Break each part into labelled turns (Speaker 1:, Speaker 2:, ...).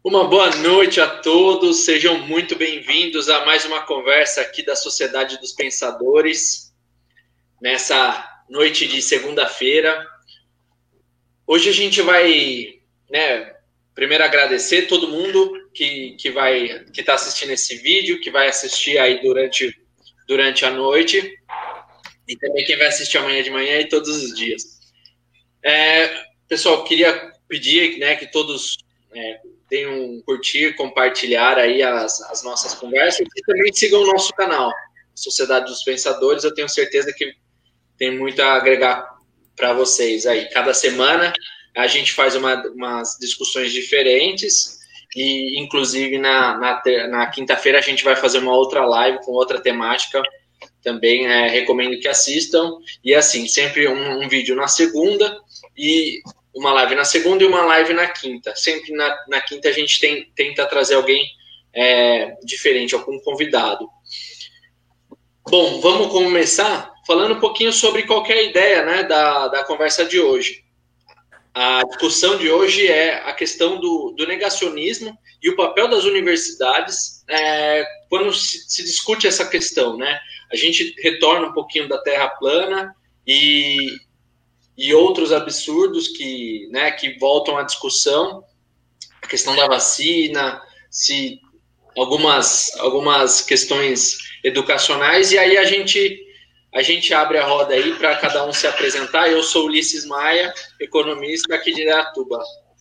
Speaker 1: Uma boa noite a todos, sejam muito bem-vindos a mais uma conversa aqui da Sociedade dos Pensadores, nessa noite de segunda-feira. Hoje a gente vai, primeiro agradecer todo mundo que está assistindo esse vídeo, que vai assistir aí durante a noite, e também quem vai assistir amanhã de manhã e todos os dias. Pessoal, queria pedir que todos tenham um curtir, compartilhar aí as nossas conversas e também sigam o nosso canal, Sociedade dos Pensadores. Eu tenho certeza que tem muito a agregar para vocês aí. Cada semana a gente faz umas discussões diferentes e, inclusive, na quinta-feira a gente vai fazer uma outra live com outra temática. Também recomendo que assistam. E, assim, sempre um vídeo na segunda e uma live na segunda e uma live na quinta. Sempre na quinta a gente tenta trazer alguém diferente, algum convidado. Bom, vamos começar falando um pouquinho sobre qual que é a ideia da conversa de hoje. A discussão de hoje é a questão do negacionismo e o papel das universidades quando se discute essa questão, né? A gente retorna um pouquinho da Terra plana e outros absurdos que voltam à discussão, a questão da vacina, se algumas questões educacionais, e aí a gente abre a roda aí para cada um se apresentar. Eu sou Ulisses Maia, economista aqui de Indaiatuba.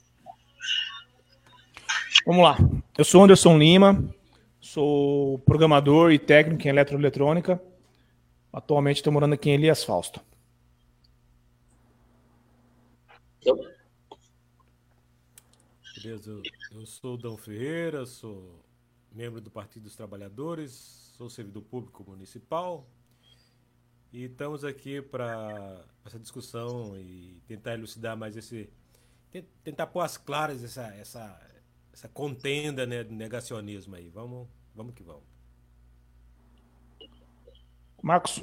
Speaker 2: Vamos lá. Eu sou Anderson Lima, sou programador e técnico em eletroeletrônica. Atualmente estou morando aqui em Elias Fausto.
Speaker 3: Beleza, eu sou Dão Ferreira, sou membro do Partido dos Trabalhadores, sou servidor público municipal e estamos aqui para essa discussão e tentar elucidar mais tentar pôr as claras essa contenda, né, do negacionismo aí. Vamos que vamos.
Speaker 2: Marcos.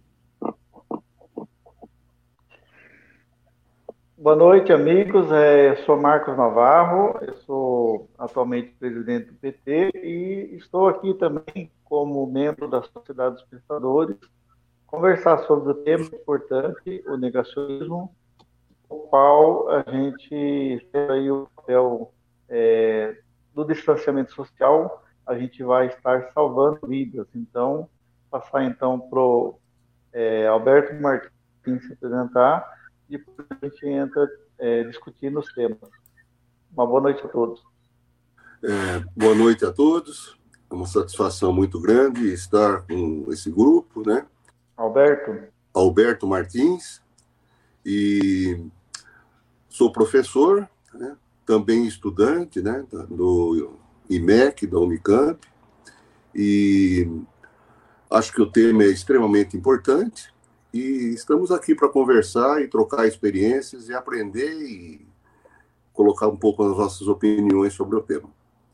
Speaker 4: Boa noite, amigos. Sou Marcos Navarro, eu sou atualmente presidente do PT e estou aqui também como membro da Sociedade dos Pensadores, conversar sobre o tema importante, o negacionismo, o qual a gente tem aí o papel do distanciamento social, a gente vai estar salvando vidas. Então, passar então para o Alberto Martins se apresentar, e depois a gente entra discutindo os temas. Uma boa noite a todos.
Speaker 5: Boa noite a todos. É uma satisfação muito grande estar com esse grupo, né? Alberto Martins, e sou professor, né? Também estudante, né? Do IMEC, da Unicamp, e acho que o tema é extremamente importante. E estamos aqui para conversar e trocar experiências e aprender e colocar um pouco as nossas opiniões sobre o tema.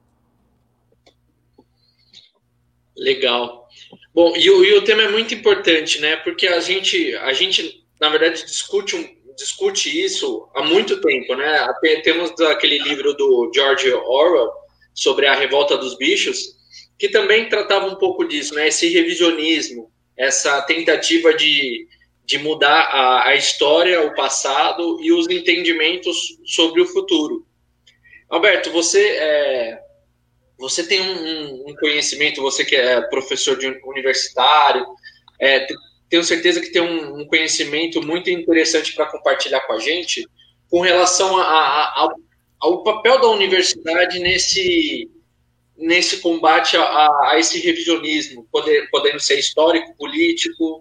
Speaker 1: Legal. Bom, e o tema é muito importante, né? Porque a gente na verdade, discute isso há muito tempo, né? Até temos aquele livro do George Orwell sobre a revolta dos bichos, que também tratava um pouco disso, né? Esse revisionismo, essa tentativa de mudar a história, o passado e os entendimentos sobre o futuro. Alberto, você tem um conhecimento, você que é professor universitário, tenho certeza que tem um conhecimento muito interessante para compartilhar com a gente com relação ao papel da universidade nesse combate a esse revisionismo, podendo ser histórico, político,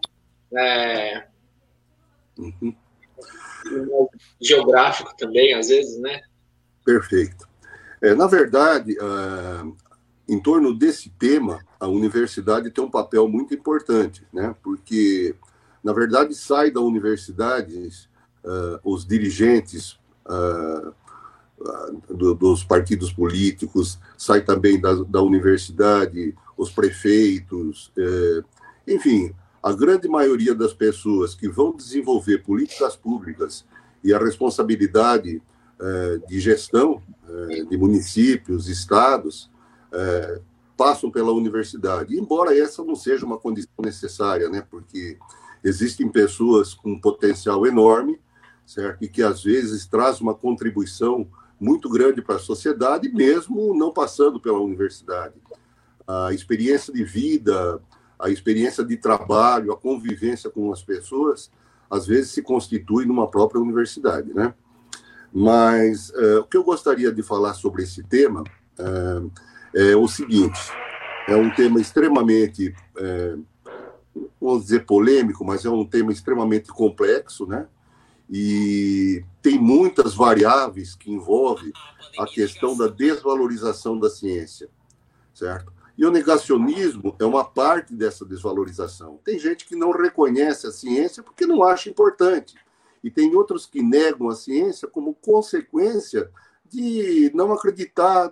Speaker 1: geográfico também, às vezes, né?
Speaker 5: Perfeito. Na verdade, em torno desse tema, a universidade tem um papel muito importante, né? Porque, na verdade, sai da universidade os dirigentes dos partidos políticos, sai também da universidade os prefeitos, enfim, a grande maioria das pessoas que vão desenvolver políticas públicas e a responsabilidade de gestão de municípios, estados, passam pela universidade, embora essa não seja uma condição necessária, né? Porque existem pessoas com potencial enorme, certo? E que às vezes traz uma contribuição muito grande para a sociedade, mesmo não passando pela universidade. A experiência de vida, a experiência de trabalho, a convivência com as pessoas, às vezes se constitui numa própria universidade, né? Mas o que eu gostaria de falar sobre esse tema é o seguinte: é um tema extremamente, vamos dizer, polêmico, mas é um tema extremamente complexo, né? E tem muitas variáveis que envolvem a questão da desvalorização da ciência, certo? E o negacionismo é uma parte dessa desvalorização. Tem gente que não reconhece a ciência porque não acha importante. E tem outros que negam a ciência como consequência de não acreditar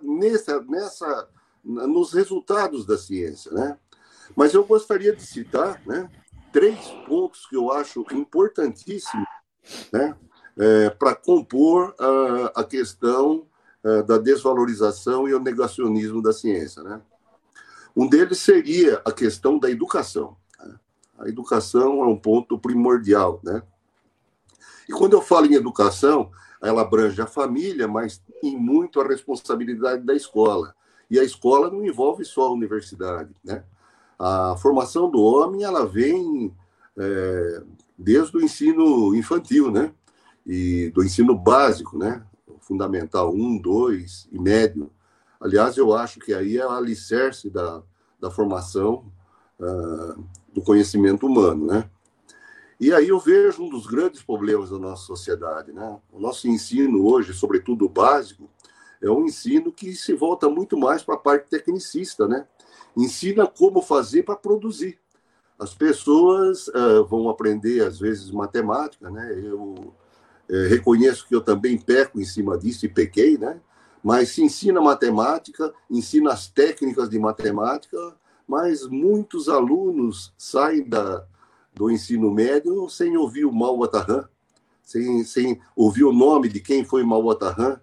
Speaker 5: nos resultados da ciência, né? Mas eu gostaria de citar, né, 3 pontos que eu acho importantíssimos, né, para compor a questão da desvalorização e o negacionismo da ciência, né? Um deles seria a questão da educação. A educação é um ponto primordial, né? E quando eu falo em educação, ela abrange a família, mas tem muito a responsabilidade da escola. E a escola não envolve só a universidade, né? A formação do homem, ela vem desde o ensino infantil, né? E do ensino básico, né? Fundamental 1, 2 e médio. Aliás, eu acho que aí é o alicerce da formação do conhecimento humano, né? E aí eu vejo um dos grandes problemas da nossa sociedade, né? O nosso ensino hoje, sobretudo o básico, é um ensino que se volta muito mais para a parte tecnicista, né? Ensina como fazer para produzir. As pessoas vão aprender, às vezes, matemática, né? Eu reconheço que eu também peco em cima disso e pequei, né? Mas se ensina matemática, ensina as técnicas de matemática, mas muitos alunos saem do ensino médio sem ouvir o Mao Watahan, sem ouvir o nome de quem foi Mao Watahan.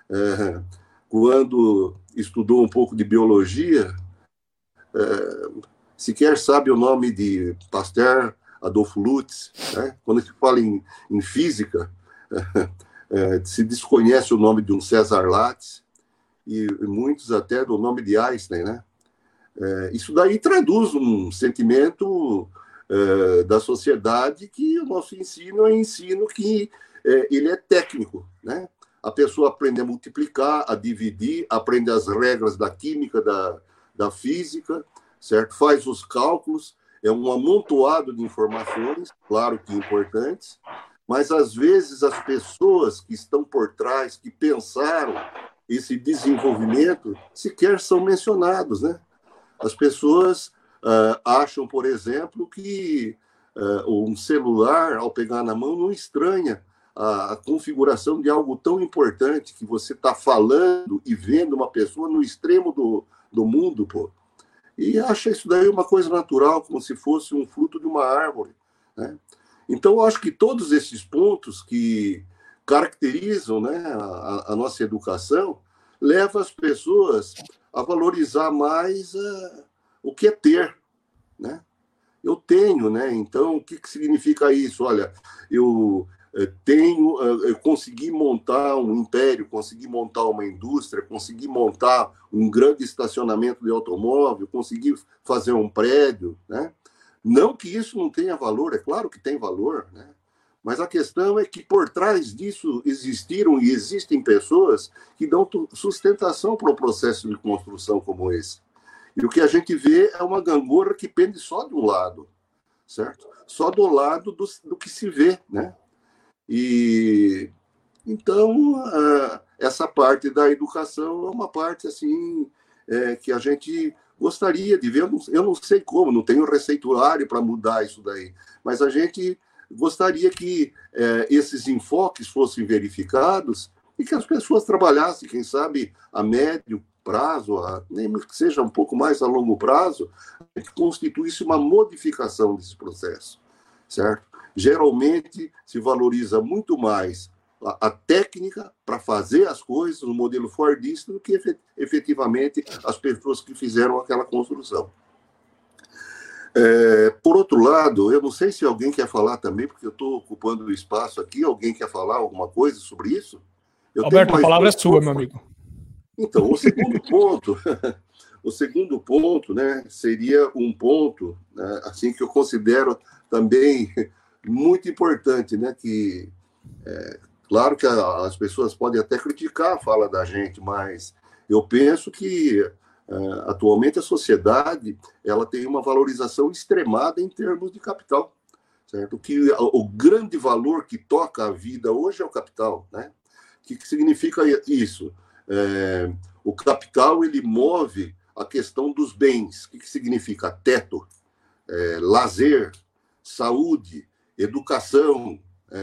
Speaker 5: Quando estudou um pouco de biologia, sequer sabe o nome de Pasteur, Adolfo Lutz, né? Quando se fala em física, se desconhece o nome de um César Latz e muitos até do nome de Einstein, né? Isso daí traduz um sentimento da sociedade que o nosso ensino é um ensino que ele é técnico, né? A pessoa aprende a multiplicar, a dividir, aprende as regras da química, da física, certo? Faz os cálculos, é um amontoado de informações, claro que importantes, mas às vezes as pessoas que estão por trás, que pensaram esse desenvolvimento, sequer são mencionados, né? As pessoas acham, por exemplo, que um celular, ao pegar na mão, não estranha a configuração de algo tão importante que você está falando e vendo uma pessoa no extremo do mundo, pô. E acha isso daí uma coisa natural, como se fosse um fruto de uma árvore, né? Então, eu acho que todos esses pontos que caracterizam, né, a nossa educação levam as pessoas a valorizar mais o que é ter, né? Eu tenho, né? Então, o que significa isso? Olha, eu consegui montar um império, consegui montar uma indústria, consegui montar um grande estacionamento de automóvel, consegui fazer um prédio, né? Não que isso não tenha valor, é claro que tem valor, né? Mas a questão é que por trás disso existiram e existem pessoas que dão sustentação para um processo de construção como esse. E o que a gente vê é uma gangorra que pende só de um lado, certo? Só do lado do que se vê, né? E então essa parte da educação é uma parte assim que a gente gostaria de ver. Eu não sei como, não tenho receituário para mudar isso daí, mas a gente gostaria que esses enfoques fossem verificados e que as pessoas trabalhassem, quem sabe, a médio prazo, nem que seja um pouco mais a longo prazo, que constituísse uma modificação desse processo, certo? Geralmente se valoriza muito mais a técnica para fazer as coisas no modelo fordista do que efetivamente as pessoas que fizeram aquela construção. Por outro lado, eu não sei se alguém quer falar também, porque eu estou ocupando o espaço aqui. Alguém quer falar alguma coisa sobre isso?
Speaker 2: Alberto, a palavra é sua, meu amigo.
Speaker 5: Então, o segundo ponto, né, seria um ponto, né, assim, que eu considero também muito importante, né, que claro que as pessoas podem até criticar a fala da gente, mas eu penso que atualmente a sociedade ela tem uma valorização extremada em termos de capital, certo? Que o grande valor que toca a vida hoje é o capital, né? O que significa isso? O capital ele move a questão dos bens. O que significa? Teto, lazer, saúde, educação,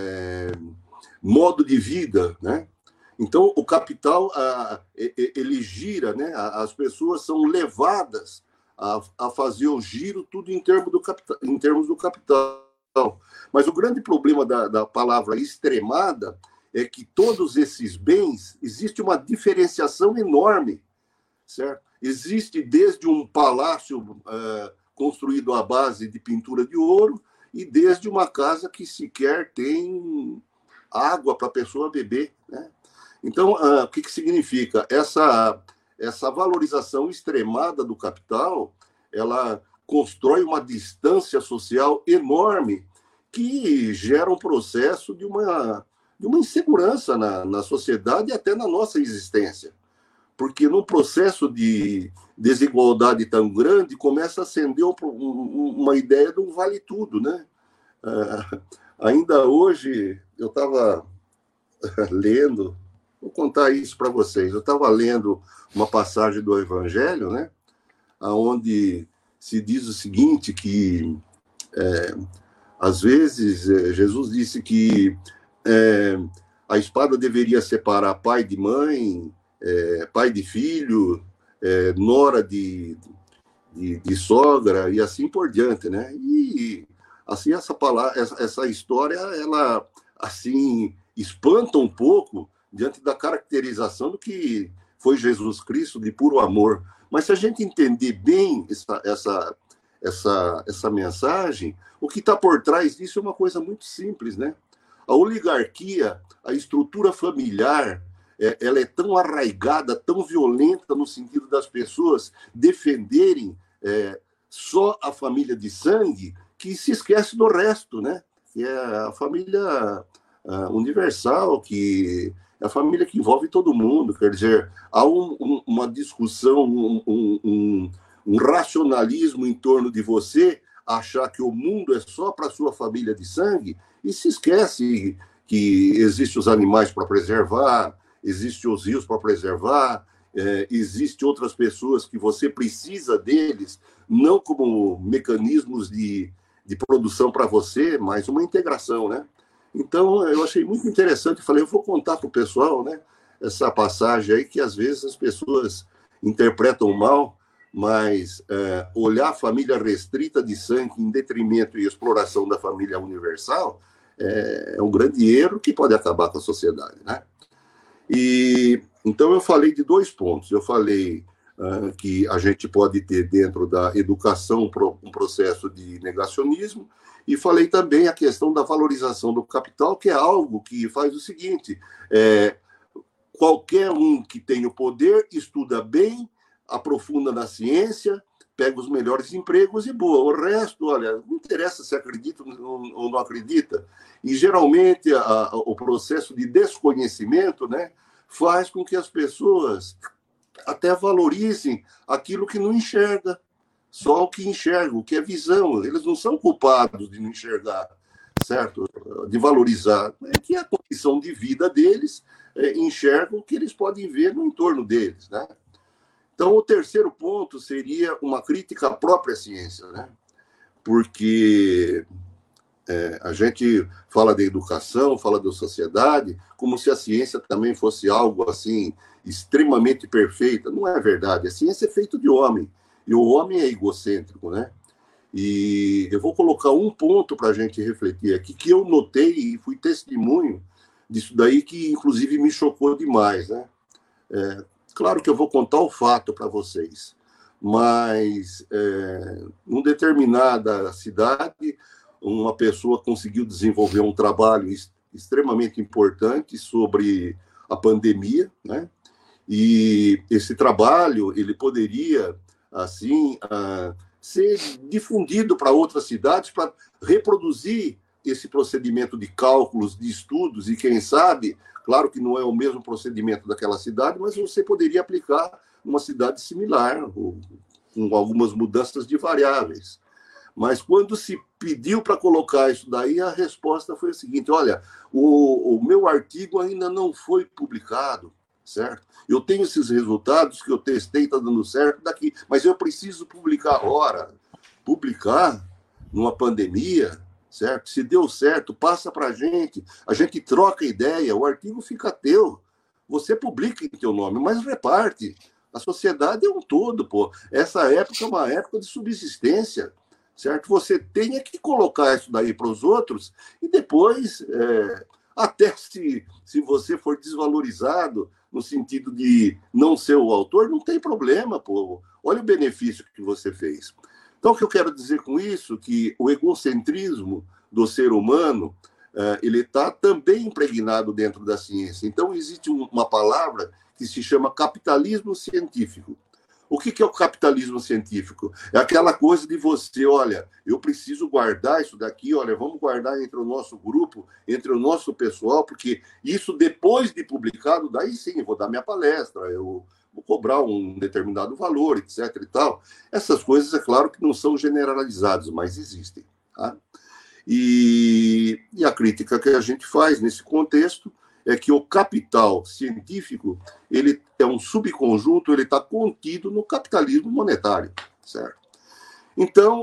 Speaker 5: modo de vida, né? Então, o capital, ele gira, né? As pessoas são levadas a fazer o giro tudo em termos do capital. Mas o grande problema da palavra extremada é que todos esses bens, existe uma diferenciação enorme, certo? Existe desde um palácio construído à base de pintura de ouro e desde uma casa que sequer tem água para a pessoa beber, né? Então, o que significa? Essa valorização extremada do capital, ela constrói uma distância social enorme que gera um processo de uma insegurança na sociedade e até na nossa existência. Porque num processo de desigualdade tão grande, começa a acender uma ideia de um vale-tudo, né? Ainda hoje, eu estava lendo, vou contar isso para vocês, eu estava lendo uma passagem do Evangelho, né? Onde se diz o seguinte, que às vezes Jesus disse que a espada deveria separar pai de mãe, pai de filho, nora de sogra e assim por diante, né? E assim essa história ela assim espanta um pouco diante da caracterização do que foi Jesus Cristo de puro amor. Mas se a gente entender bem essa mensagem, o que está por trás disso é uma coisa muito simples, né? A oligarquia, a estrutura familiar, ela é tão arraigada, tão violenta no sentido das pessoas defenderem só a família de sangue, que se esquece do resto, né? Que é a família universal, que é a família que envolve todo mundo. Quer dizer, há uma discussão, um racionalismo em torno de você achar que o mundo é só para a sua família de sangue e se esquece que existem os animais para preservar, existem os rios para preservar, existem outras pessoas que você precisa deles, não como mecanismos de produção para você, mas uma integração, né? Então, eu achei muito interessante, falei, eu vou contar para o pessoal, né, essa passagem aí que às vezes as pessoas interpretam mal, mas olhar a família restrita de sangue em detrimento e exploração da família universal é um grande erro que pode acabar com a sociedade, né? E então eu falei de 2 pontos. Eu falei que a gente pode ter dentro da educação um processo de negacionismo, e falei também a questão da valorização do capital, que é algo que faz o seguinte: qualquer um que tem o poder estuda bem, aprofunda na ciência, pega os melhores empregos e boa. O resto, olha, não interessa se acredita ou não acredita. E geralmente o processo de desconhecimento, né, faz com que as pessoas até valorizem aquilo que não enxerga, só o que enxerga, o que é visão. Eles não são culpados de não enxergar, certo? De valorizar. É que a condição de vida deles enxerga o que eles podem ver no entorno deles, né? Então, o terceiro ponto seria uma crítica à própria ciência, né? Porque a gente fala da educação, fala da sociedade, como se a ciência também fosse algo assim extremamente perfeita. Não é verdade. A ciência é feita de homem, e o homem é egocêntrico, né? E eu vou colocar um ponto para a gente refletir aqui, que eu notei e fui testemunho disso daí que, inclusive, me chocou demais, né? Claro que eu vou contar o fato para vocês, mas em determinada cidade, uma pessoa conseguiu desenvolver um trabalho extremamente importante sobre a pandemia, né? E esse trabalho ele poderia assim ser difundido para outras cidades para reproduzir esse procedimento de cálculos, de estudos, e quem sabe, claro que não é o mesmo procedimento daquela cidade, mas você poderia aplicar numa cidade similar, com algumas mudanças de variáveis. Mas quando se pediu para colocar isso daí, a resposta foi a seguinte: olha, o meu artigo ainda não foi publicado, certo? Eu tenho esses resultados que eu testei, está dando certo daqui, mas eu preciso publicar. Ora, publicar numa pandemia, certo? Se deu certo, passa para a gente troca ideia, o artigo fica teu, você publica em teu nome, mas reparte. A sociedade é um todo, pô. Essa época é uma época de subsistência, certo? Você tem que colocar isso daí para os outros e depois, até se você for desvalorizado no sentido de não ser o autor, não tem problema, pô. Olha o benefício que você fez. Então, o que eu quero dizer com isso? Que o egocentrismo do ser humano, ele está também impregnado dentro da ciência. Então, existe uma palavra que se chama capitalismo científico. O que é o capitalismo científico? É aquela coisa de você, olha, eu preciso guardar isso daqui, olha, vamos guardar entre o nosso grupo, entre o nosso pessoal, porque isso depois de publicado, daí sim, eu vou dar minha palestra, eu vou cobrar um determinado valor, etc. e tal. Essas coisas, é claro que não são generalizadas, mas existem. Tá? E a crítica que a gente faz nesse contexto é que o capital científico ele é um subconjunto, ele está contido no capitalismo monetário, certo? Então,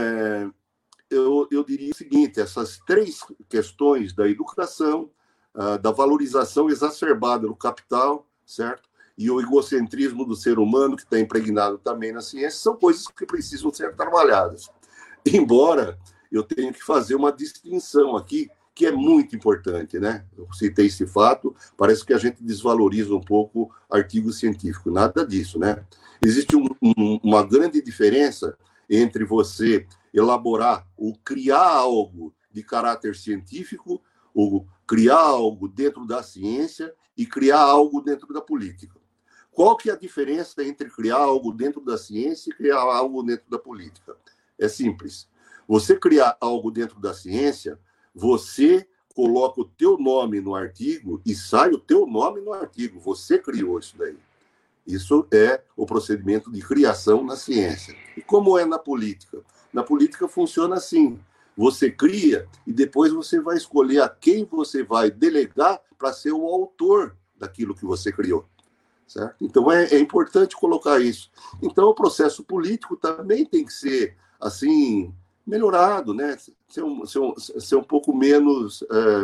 Speaker 5: eu diria o seguinte: essas três questões da educação, da valorização exacerbada do capital, certo? E o egocentrismo do ser humano, que está impregnado também na ciência, são coisas que precisam ser trabalhadas. Embora eu tenha que fazer uma distinção aqui, que é muito importante, né? Eu citei esse fato, parece que a gente desvaloriza um pouco artigo científico. Nada disso, né? Existe uma grande diferença entre você elaborar ou criar algo de caráter científico, ou criar algo dentro da ciência e criar algo dentro da política. Qual que é a diferença entre criar algo dentro da ciência e criar algo dentro da política? É simples. Você criar algo dentro da ciência, você coloca o teu nome no artigo e sai o teu nome no artigo. Você criou isso daí. Isso é o procedimento de criação na ciência. E como é na política? Na política funciona assim. Você cria e depois você vai escolher a quem você vai delegar para ser o autor daquilo que você criou. Certo? Então, é importante colocar isso. Então, o processo político também tem que ser, assim, melhorado, né? Ser um pouco menos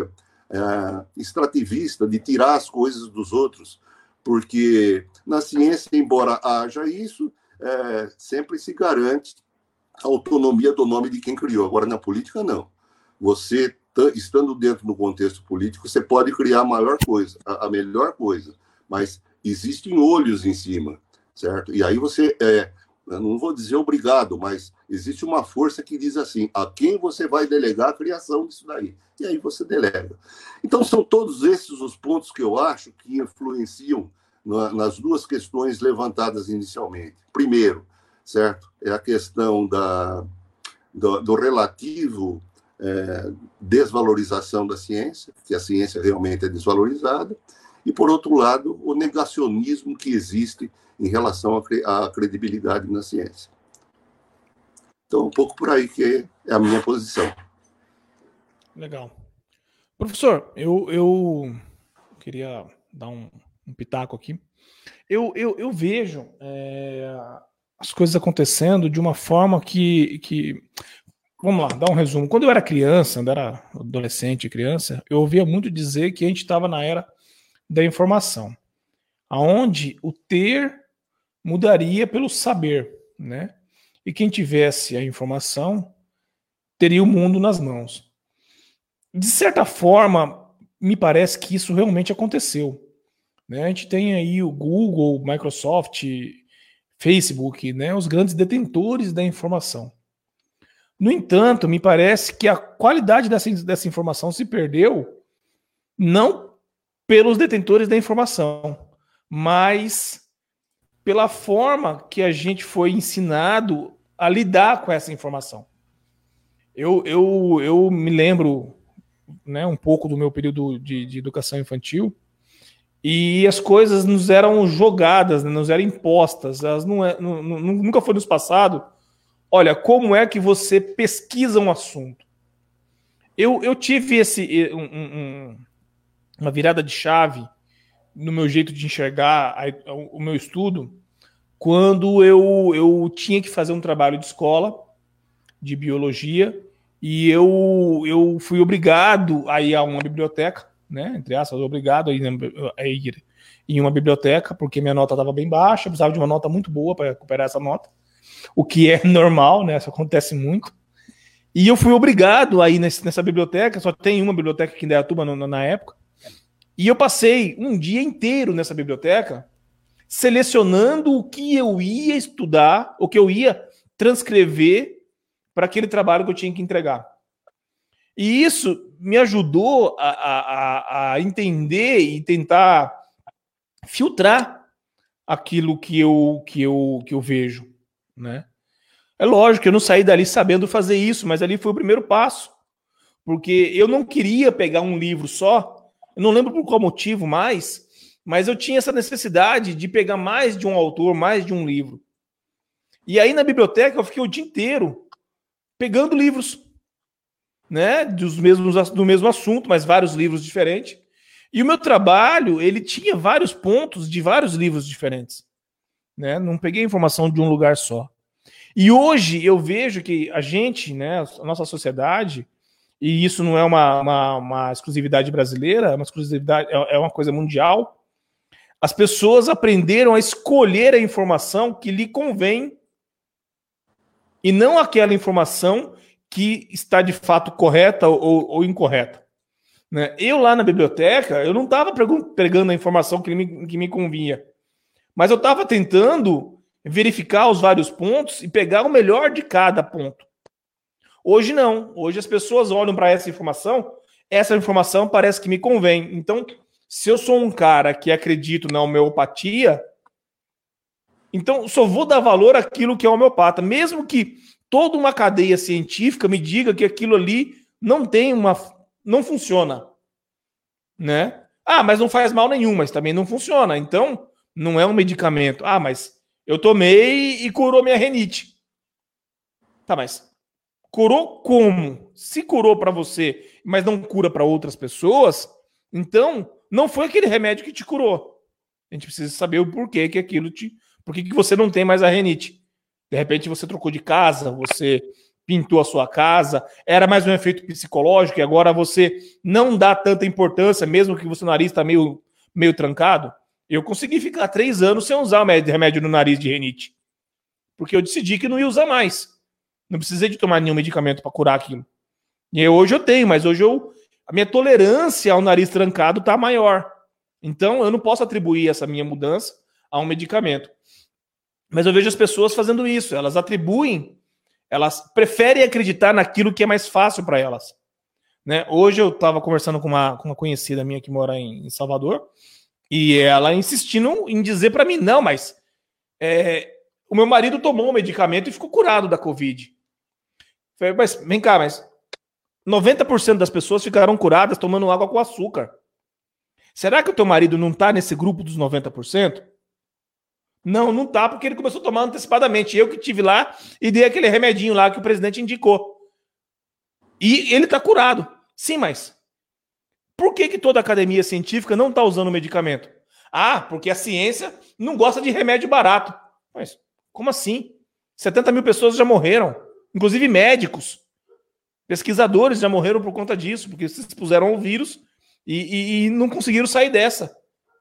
Speaker 5: extrativista, de tirar as coisas dos outros, porque na ciência, embora haja isso, sempre se garante a autonomia do nome de quem criou. Agora, na política, não. Você, estando dentro do contexto político, você pode criar a maior coisa, a melhor coisa, mas existem olhos em cima, certo? E aí você... eu não vou dizer obrigado, mas existe uma força que diz assim: a quem você vai delegar a criação disso daí? E aí você delega. Então, são todos esses os pontos que eu acho que influenciam nas duas questões levantadas inicialmente. Primeiro, certo? É a questão do relativo desvalorização da ciência, que a ciência realmente é desvalorizada, e, por outro lado, o negacionismo que existe em relação à credibilidade na ciência. Então, um pouco por aí que é a minha posição.
Speaker 2: Legal. Professor, eu queria dar um pitaco aqui. Eu vejo as coisas acontecendo de uma forma que... Vamos lá, dar um resumo. Quando eu era criança, quando eu era adolescente e criança, eu ouvia muito dizer que a gente estava na era da informação, aonde o ter mudaria pelo saber, né? E quem tivesse a informação teria o mundo nas mãos. De certa forma, me parece que isso realmente aconteceu. Né? A gente tem aí o Google, Microsoft, Facebook, né? Os grandes detentores da informação. No entanto, me parece que a qualidade dessa informação se perdeu não pelos detentores da informação, mas pela forma que a gente foi ensinado a lidar com essa informação. Eu me lembro, né, um pouco do meu período de educação infantil, e as coisas nos eram jogadas, né, nos eram impostas, elas nunca foi nos passado. Olha, como é que você pesquisa um assunto? Eu tive uma virada de chave no meu jeito de enxergar o meu estudo quando eu tinha que fazer um trabalho de escola de biologia e eu fui obrigado a ir a uma biblioteca, né, entre aspas, obrigado a ir em uma biblioteca porque minha nota estava bem baixa, eu precisava de uma nota muito boa para recuperar essa nota, o que é normal, né, isso acontece muito. E eu fui obrigado a ir nessa biblioteca, só tem uma biblioteca aqui em Indaiatuba na época, e eu passei um dia inteiro nessa biblioteca selecionando o que eu ia estudar, o que eu ia transcrever para aquele trabalho que eu tinha que entregar. E isso me ajudou a entender e tentar filtrar aquilo que eu vejo, né? É lógico que eu não saí dali sabendo fazer isso, mas ali foi o primeiro passo. Porque eu não queria pegar um livro só, eu não lembro por qual motivo mais, mas eu tinha essa necessidade de pegar mais de um autor, mais de um livro. E aí na biblioteca eu fiquei o dia inteiro pegando livros, né, do mesmo assunto, mas vários livros diferentes. E o meu trabalho, ele tinha vários pontos de vários livros diferentes, né? Não peguei informação de um lugar só. E hoje eu vejo que a gente, né, a nossa sociedade, e isso não é uma exclusividade brasileira, é uma exclusividade, é uma coisa mundial, as pessoas aprenderam a escolher a informação que lhe convém e não aquela informação que está de fato correta ou incorreta. Né? Eu lá na biblioteca, eu não estava pegando a informação que me convinha, mas eu estava tentando verificar os vários pontos e pegar o melhor de cada ponto. Hoje não. Hoje as pessoas olham para essa informação parece que me convém. Então, se eu sou um cara que acredito na homeopatia, então só vou dar valor àquilo que é homeopata, mesmo que toda uma cadeia científica me diga que aquilo ali não funciona, né? Ah, mas não faz mal nenhum, mas também não funciona. Então, não é um medicamento. Ah, mas eu tomei e curou minha renite. Tá, mas curou como? Se curou para você, mas não cura para outras pessoas, então não foi aquele remédio que te curou. A gente precisa saber o porquê que aquilo por que você não tem mais a renite. De repente você trocou de casa, você pintou a sua casa, era mais um efeito psicológico e agora você não dá tanta importância, mesmo que o seu nariz está meio trancado. Eu consegui ficar 3 anos sem usar o remédio no nariz de renite. Porque eu decidi que não ia usar mais. Não precisei de tomar nenhum medicamento para curar aquilo. E hoje eu tenho, mas hoje a minha tolerância ao nariz trancado está maior. Então eu não posso atribuir essa minha mudança a um medicamento. Mas eu vejo as pessoas fazendo isso. Elas preferem acreditar naquilo que é mais fácil para elas. Né? Hoje eu estava conversando com uma conhecida minha que mora em Salvador. E ela insistindo em dizer para mim, não, mas o meu marido tomou um medicamento e ficou curado da Covid. Eu falei, mas vem cá, mas 90% das pessoas ficaram curadas tomando água com açúcar. Será que o teu marido não está nesse grupo dos 90%? Não está, porque ele começou a tomar antecipadamente. Eu que estive lá e dei aquele remedinho lá que o presidente indicou. E ele está curado. Sim, mas por que toda a academia científica não está usando o medicamento? Ah, porque a ciência não gosta de remédio barato. Mas como assim? 70 mil pessoas já morreram, inclusive médicos. Pesquisadores já morreram por conta disso, porque se expuseram ao vírus e não conseguiram sair dessa.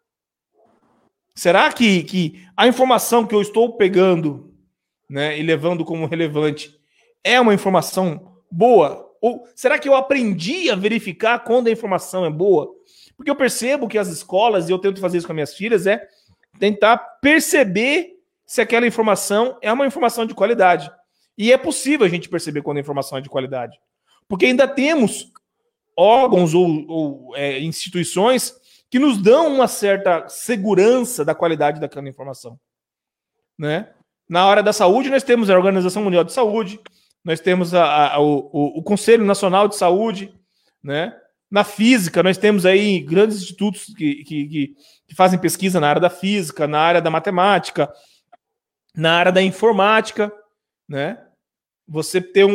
Speaker 2: Será que a informação que eu estou pegando, né, e levando como relevante é uma informação boa? Ou será que eu aprendi a verificar quando a informação é boa? Porque eu percebo que as escolas, e eu tento fazer isso com as minhas filhas, é tentar perceber se aquela informação é uma informação de qualidade. E é possível a gente perceber quando a informação é de qualidade. Porque ainda temos órgãos ou instituições que nos dão uma certa segurança da qualidade daquela informação. Né? Na área da saúde, nós temos a Organização Mundial de Saúde, nós temos o Conselho Nacional de Saúde, né? Na física, nós temos aí grandes institutos que fazem pesquisa na área da física, na área da matemática, na área da informática, né? Você ter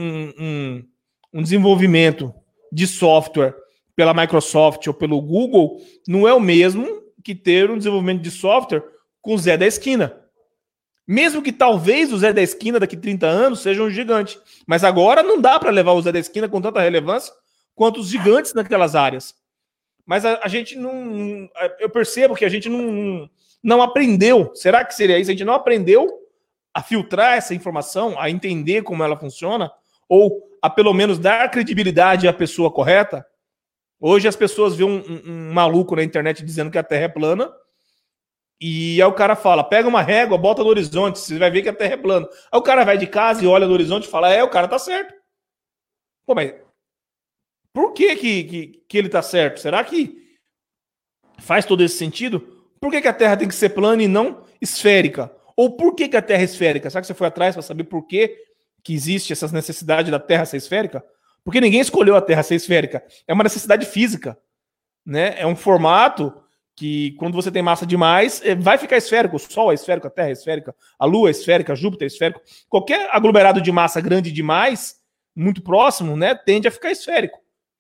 Speaker 2: um desenvolvimento de software pela Microsoft ou pelo Google não é o mesmo que ter um desenvolvimento de software com o Zé da esquina. Mesmo que talvez o Zé da esquina daqui a 30 anos seja um gigante. Mas agora não dá para levar o Zé da esquina com tanta relevância quanto os gigantes naquelas áreas. Mas a gente não... Eu percebo que a gente não aprendeu. Será que seria isso? A gente não aprendeu a filtrar essa informação, a entender como ela funciona, ou a pelo menos dar credibilidade à pessoa correta. Hoje as pessoas veem um maluco na internet dizendo que a Terra é plana, e aí o cara fala, pega uma régua, bota no horizonte, você vai ver que a Terra é plana. Aí o cara vai de casa e olha no horizonte e fala, o cara tá certo. Pô, mas por que ele tá certo? Será que faz todo esse sentido? Por que a Terra tem que ser plana e não esférica? Ou por que a Terra é esférica? Será que você foi atrás para saber por que existe essa necessidade da Terra ser esférica? Porque ninguém escolheu a Terra ser esférica. É uma necessidade física. Né? É um formato que, quando você tem massa demais, vai ficar esférico. O Sol é esférico, a Terra é esférica, a Lua é esférica, Júpiter é esférico. Qualquer aglomerado de massa grande demais, muito próximo, né, tende a ficar esférico.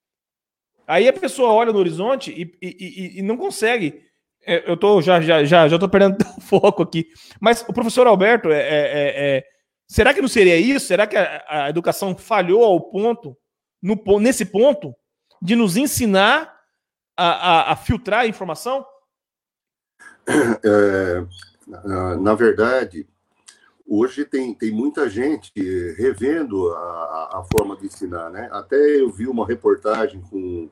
Speaker 2: Aí a pessoa olha no horizonte e não consegue. Eu tô já tô perdendo o foco aqui. Mas o professor Alberto, será que não seria isso? Será que a educação falhou ao ponto, nesse ponto, de nos ensinar a filtrar a informação?
Speaker 5: Na verdade, hoje tem muita gente revendo a forma de ensinar, né? Até eu vi uma reportagem com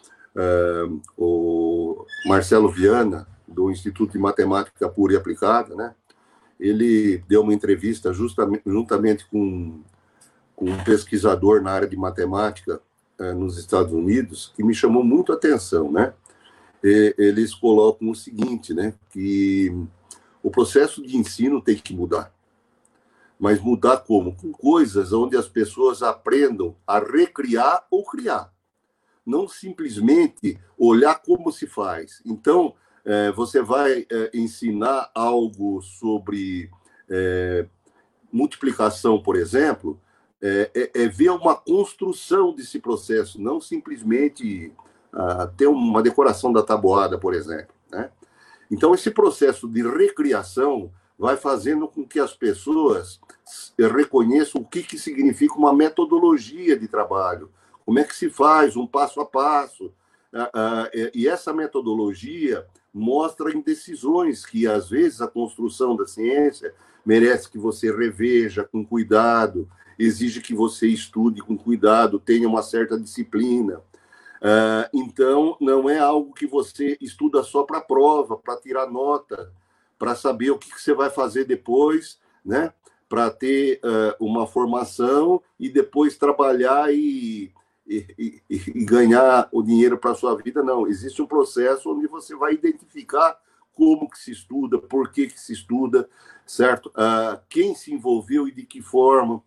Speaker 5: o Marcelo Viana, do Instituto de Matemática Pura e Aplicada, né? Ele deu uma entrevista juntamente com um pesquisador na área de matemática nos Estados Unidos, que me chamou muito a atenção, né? Eles colocam o seguinte, né? Que o processo de ensino tem que mudar. Mas mudar como? Com coisas onde as pessoas aprendam a recriar ou criar. Não simplesmente olhar como se faz. Então, você vai ensinar algo sobre multiplicação, por exemplo, ver uma construção desse processo, não simplesmente ter uma decoração da tabuada, por exemplo, né? Então, esse processo de recriação vai fazendo com que as pessoas reconheçam o que significa uma metodologia de trabalho, como é que se faz um passo a passo. E essa metodologia mostra em decisões que, às vezes, a construção da ciência merece que você reveja com cuidado, exige que você estude com cuidado, tenha uma certa disciplina. Então, não é algo que você estuda só para a prova, para tirar nota, para saber o que você vai fazer depois, né? Para ter uma formação e depois trabalhar e ganhar o dinheiro para a sua vida. Não, existe um processo onde você vai identificar como que se estuda, por que se estuda, certo? Quem se envolveu e de que forma.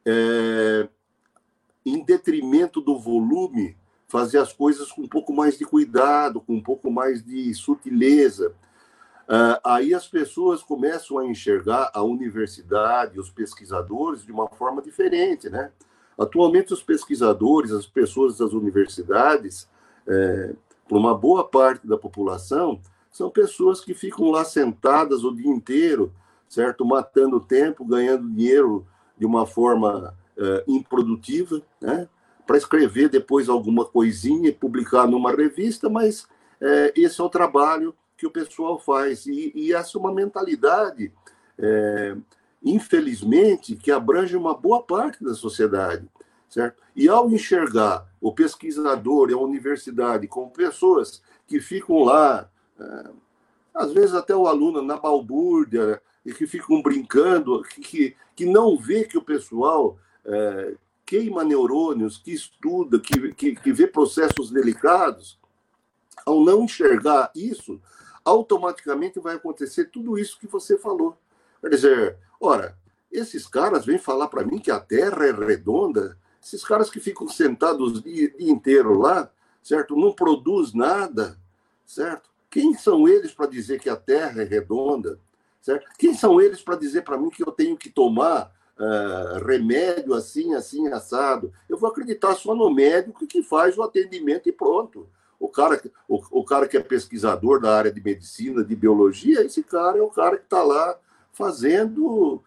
Speaker 5: Em detrimento do volume, fazer as coisas com um pouco mais de cuidado, com um pouco mais de sutileza. Aí as pessoas começam a enxergar a universidade, os pesquisadores, de uma forma diferente, né? Atualmente, os pesquisadores, as pessoas das universidades, por uma boa parte da população, são pessoas que ficam lá sentadas o dia inteiro, certo? Matando tempo, ganhando dinheiro de uma forma improdutiva, né? Para escrever depois alguma coisinha e publicar numa revista, mas esse é o trabalho que o pessoal faz. E essa é uma mentalidade, infelizmente, que abrange uma boa parte da sociedade, certo? E ao enxergar o pesquisador e a universidade como pessoas que ficam lá, às vezes até o aluno na balbúrdia, e que ficam brincando, que não vê que o pessoal queima neurônios, que estuda, que vê processos delicados. Ao não enxergar isso, automaticamente vai acontecer tudo isso que você falou. Quer dizer, ora, esses caras vêm falar para mim que a Terra é redonda, esses caras que ficam sentados o dia inteiro lá, certo? Não produz nada, certo? Quem são eles para dizer que a Terra é redonda? Certo? Quem são eles para dizer para mim que eu tenho que tomar remédio assim, assim, assado? Eu vou acreditar só no médico que faz o atendimento e pronto. O cara que é pesquisador da área de medicina, de biologia, esse cara é o cara que está lá fazendo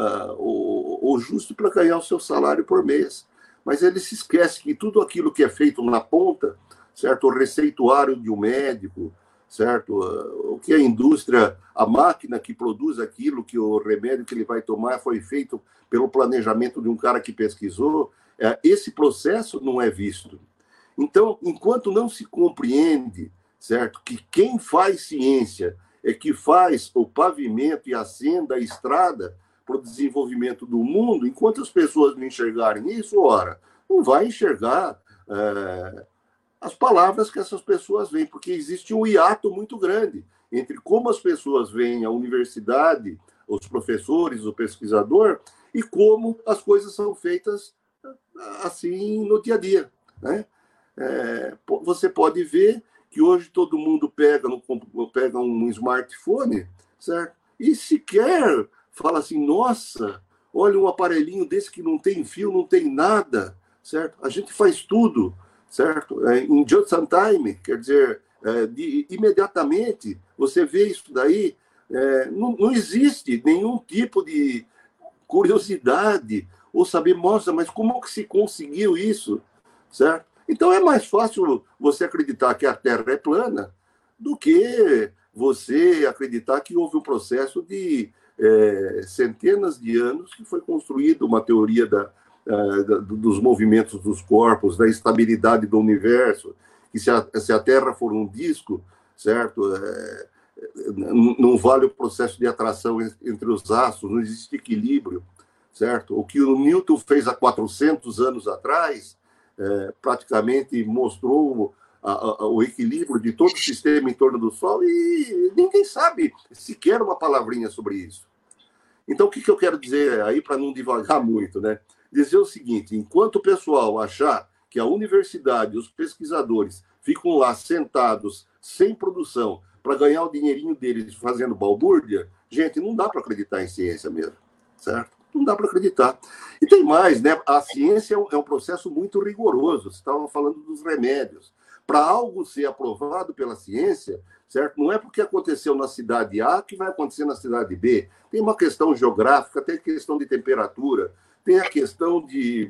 Speaker 5: o justo para ganhar o seu salário por mês. Mas ele se esquece que tudo aquilo que é feito na ponta, certo? O receituário de um médico, certo? O que a indústria, a máquina que produz aquilo, que o remédio que ele vai tomar foi feito pelo planejamento de um cara que pesquisou, esse processo não é visto. Então, enquanto não se compreende, certo, que quem faz ciência é que faz o pavimento e acenda a estrada para o desenvolvimento do mundo, enquanto as pessoas não enxergarem isso, ora, não vai enxergar as palavras que essas pessoas veem, porque existe um hiato muito grande entre como as pessoas veem a universidade, os professores, o pesquisador, e como as coisas são feitas assim no dia a dia, né? Você pode ver que hoje todo mundo pega um smartphone, certo? E sequer fala assim, nossa, olha um aparelhinho desse que não tem fio, não tem nada, certo? A gente faz tudo, certo? Em just in time, quer dizer, imediatamente você vê isso daí, não existe nenhum tipo de curiosidade ou saber, nossa, mas como que se conseguiu isso, certo? Então é mais fácil você acreditar que a Terra é plana do que você acreditar que houve um processo de centenas de anos que foi construída uma teoria dos movimentos dos corpos, da estabilidade do universo, que se a Terra for um disco, certo? Não vale o processo de atração entre os astros, não existe equilíbrio, certo? O que o Newton fez há 400 anos atrás praticamente mostrou o equilíbrio de todo o sistema em torno do Sol e ninguém sabe sequer uma palavrinha sobre isso. Então, o que eu quero dizer aí, para não divagar muito, né? Dizer o seguinte, enquanto o pessoal achar que a universidade, os pesquisadores, ficam lá sentados, sem produção, para ganhar o dinheirinho deles fazendo balbúrdia, gente, não dá para acreditar em ciência mesmo, certo? Não dá para acreditar. E tem mais, né? A ciência é um processo muito rigoroso. Você estava falando dos remédios. Para algo ser aprovado pela ciência, certo? Não é porque aconteceu na cidade A que vai acontecer na cidade B. Tem uma questão geográfica, tem a questão de temperatura, tem a questão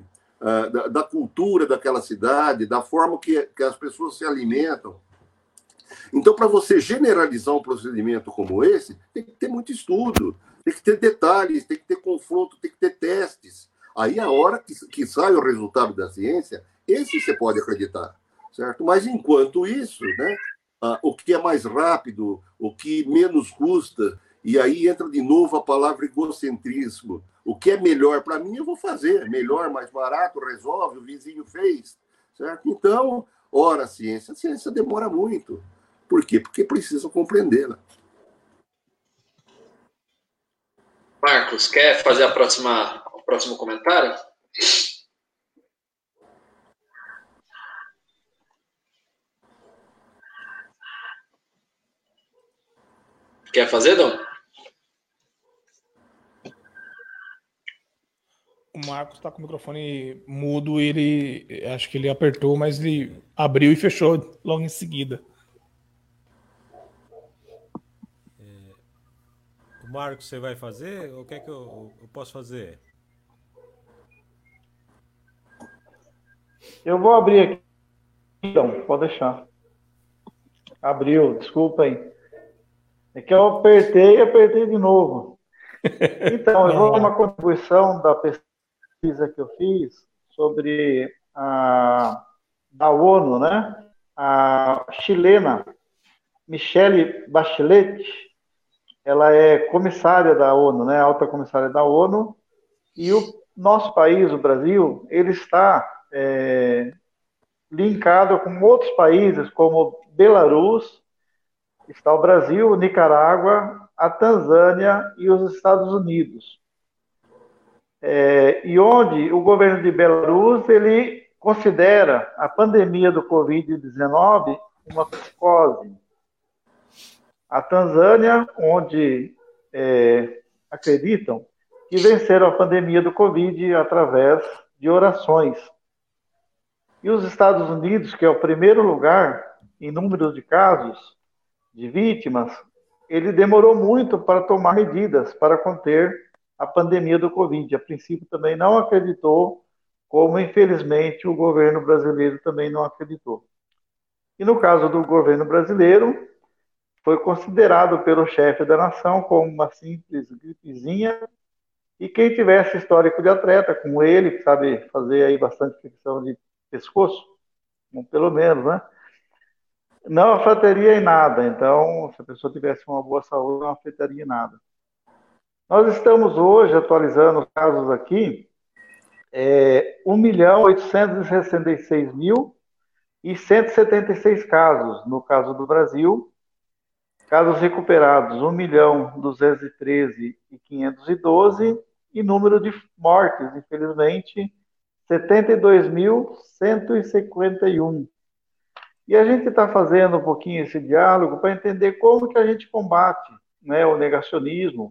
Speaker 5: da cultura daquela cidade, da forma que as pessoas se alimentam. Então, para você generalizar um procedimento como esse, tem que ter muito estudo, tem que ter detalhes, tem que ter confronto, tem que ter testes. Aí, a hora que sai o resultado da ciência, esse você pode acreditar, certo? Mas, enquanto isso, né, o que é mais rápido, o que menos custa, e aí entra de novo a palavra egocentrismo. O que é melhor para mim, eu vou fazer. Melhor, mais barato, resolve, o vizinho fez, certo? Então, ora, a ciência demora muito. Por quê? Porque precisa compreendê-la.
Speaker 1: Marcos, quer fazer o próximo comentário? Quer fazer, Dom?
Speaker 2: O Marcos está com o microfone mudo, acho que ele apertou, mas ele abriu e fechou logo em seguida.
Speaker 3: O Marcos, você vai fazer? Ou quer que eu posso fazer?
Speaker 4: Eu vou abrir aqui. Então, pode deixar. Abriu, desculpa aí. É que eu apertei e apertei de novo. Então, eu vou dar uma contribuição da pesquisa que eu fiz sobre da ONU, né? a chilena Michelle Bachelet, ela é comissária da ONU, né, alta comissária da ONU, e o nosso país, o Brasil, ele está linkado com outros países, como Belarus, está o Brasil, Nicarágua, a Tanzânia e os Estados Unidos. E onde o governo de Belarus, ele considera a pandemia do Covid-19 uma psicose. A Tanzânia, onde acreditam que venceram a pandemia do Covid através de orações. E os Estados Unidos, que é o primeiro lugar em número de casos, de vítimas, ele demorou muito para tomar medidas para conter a pandemia do Covid. A princípio também não acreditou, como infelizmente o governo brasileiro também não acreditou. E no caso do governo brasileiro, foi considerado pelo chefe da nação como uma simples gripezinha, e quem tivesse histórico de atleta, como ele, que sabe fazer aí bastante flexão de pescoço, pelo menos, né? Não afetaria em nada. Então, se a pessoa tivesse uma boa saúde, não afetaria em nada. Nós estamos hoje atualizando os casos aqui, 1.866.176 casos no caso do Brasil. Casos recuperados, 1.213.512, e número de mortes, infelizmente, 72.151. E a gente está fazendo um pouquinho esse diálogo para entender como que a gente combate, né, o negacionismo,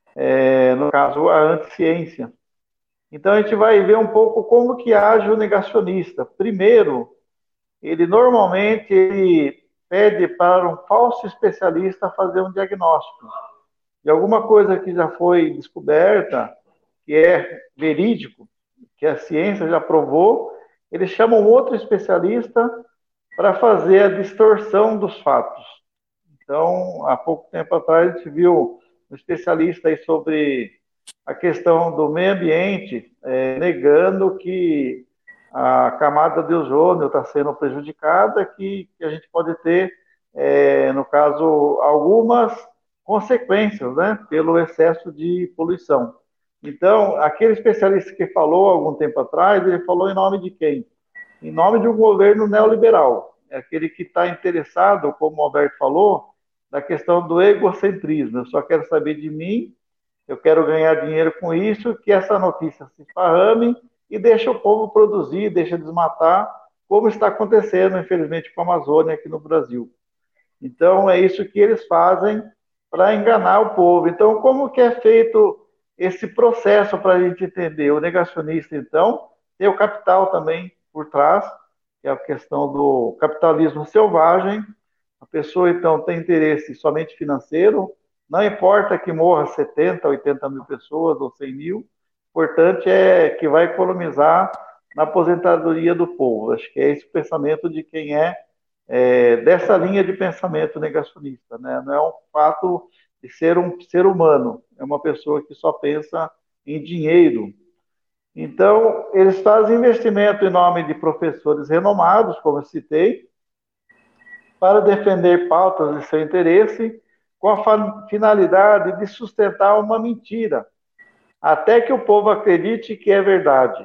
Speaker 4: no caso, a anticiência. Então, a gente vai ver um pouco como que age o negacionista. Primeiro, ele normalmente pede para um falso especialista fazer um diagnóstico de alguma coisa que já foi descoberta, que é verídico, que a ciência já provou. Eles chamam outro especialista para fazer a distorção dos fatos. Então, há pouco tempo atrás, a gente viu um especialista aí sobre a questão do meio ambiente, negando que a camada de ozônio está sendo prejudicada, que a gente pode ter, no caso, algumas consequências, né, pelo excesso de poluição. Então, aquele especialista que falou algum tempo atrás, ele falou em nome de quem? Em nome de um governo neoliberal. É aquele que está interessado, como o Alberto falou, na questão do egocentrismo. Eu só quero saber de mim, eu quero ganhar dinheiro com isso, que essa notícia se esparrame e deixa o povo produzir, deixa desmatar, como está acontecendo, infelizmente, com a Amazônia aqui no Brasil. Então, é isso que eles fazem para enganar o povo. Então, como que é feito esse processo para a gente entender? O negacionista, então, tem o capital também por trás, que é a questão do capitalismo selvagem. A pessoa, então, tem interesse somente financeiro, não importa que morra 70, 80 mil pessoas ou 100 mil, o importante é que vai economizar na aposentadoria do povo. Acho que é esse o pensamento de quem dessa linha de pensamento negacionista, né? Não é um fato de ser um ser humano, é uma pessoa que só pensa em dinheiro. Então, eles fazem investimento em nome de professores renomados, como eu citei, para defender pautas de seu interesse, com a finalidade de sustentar uma mentira, até que o povo acredite que é verdade.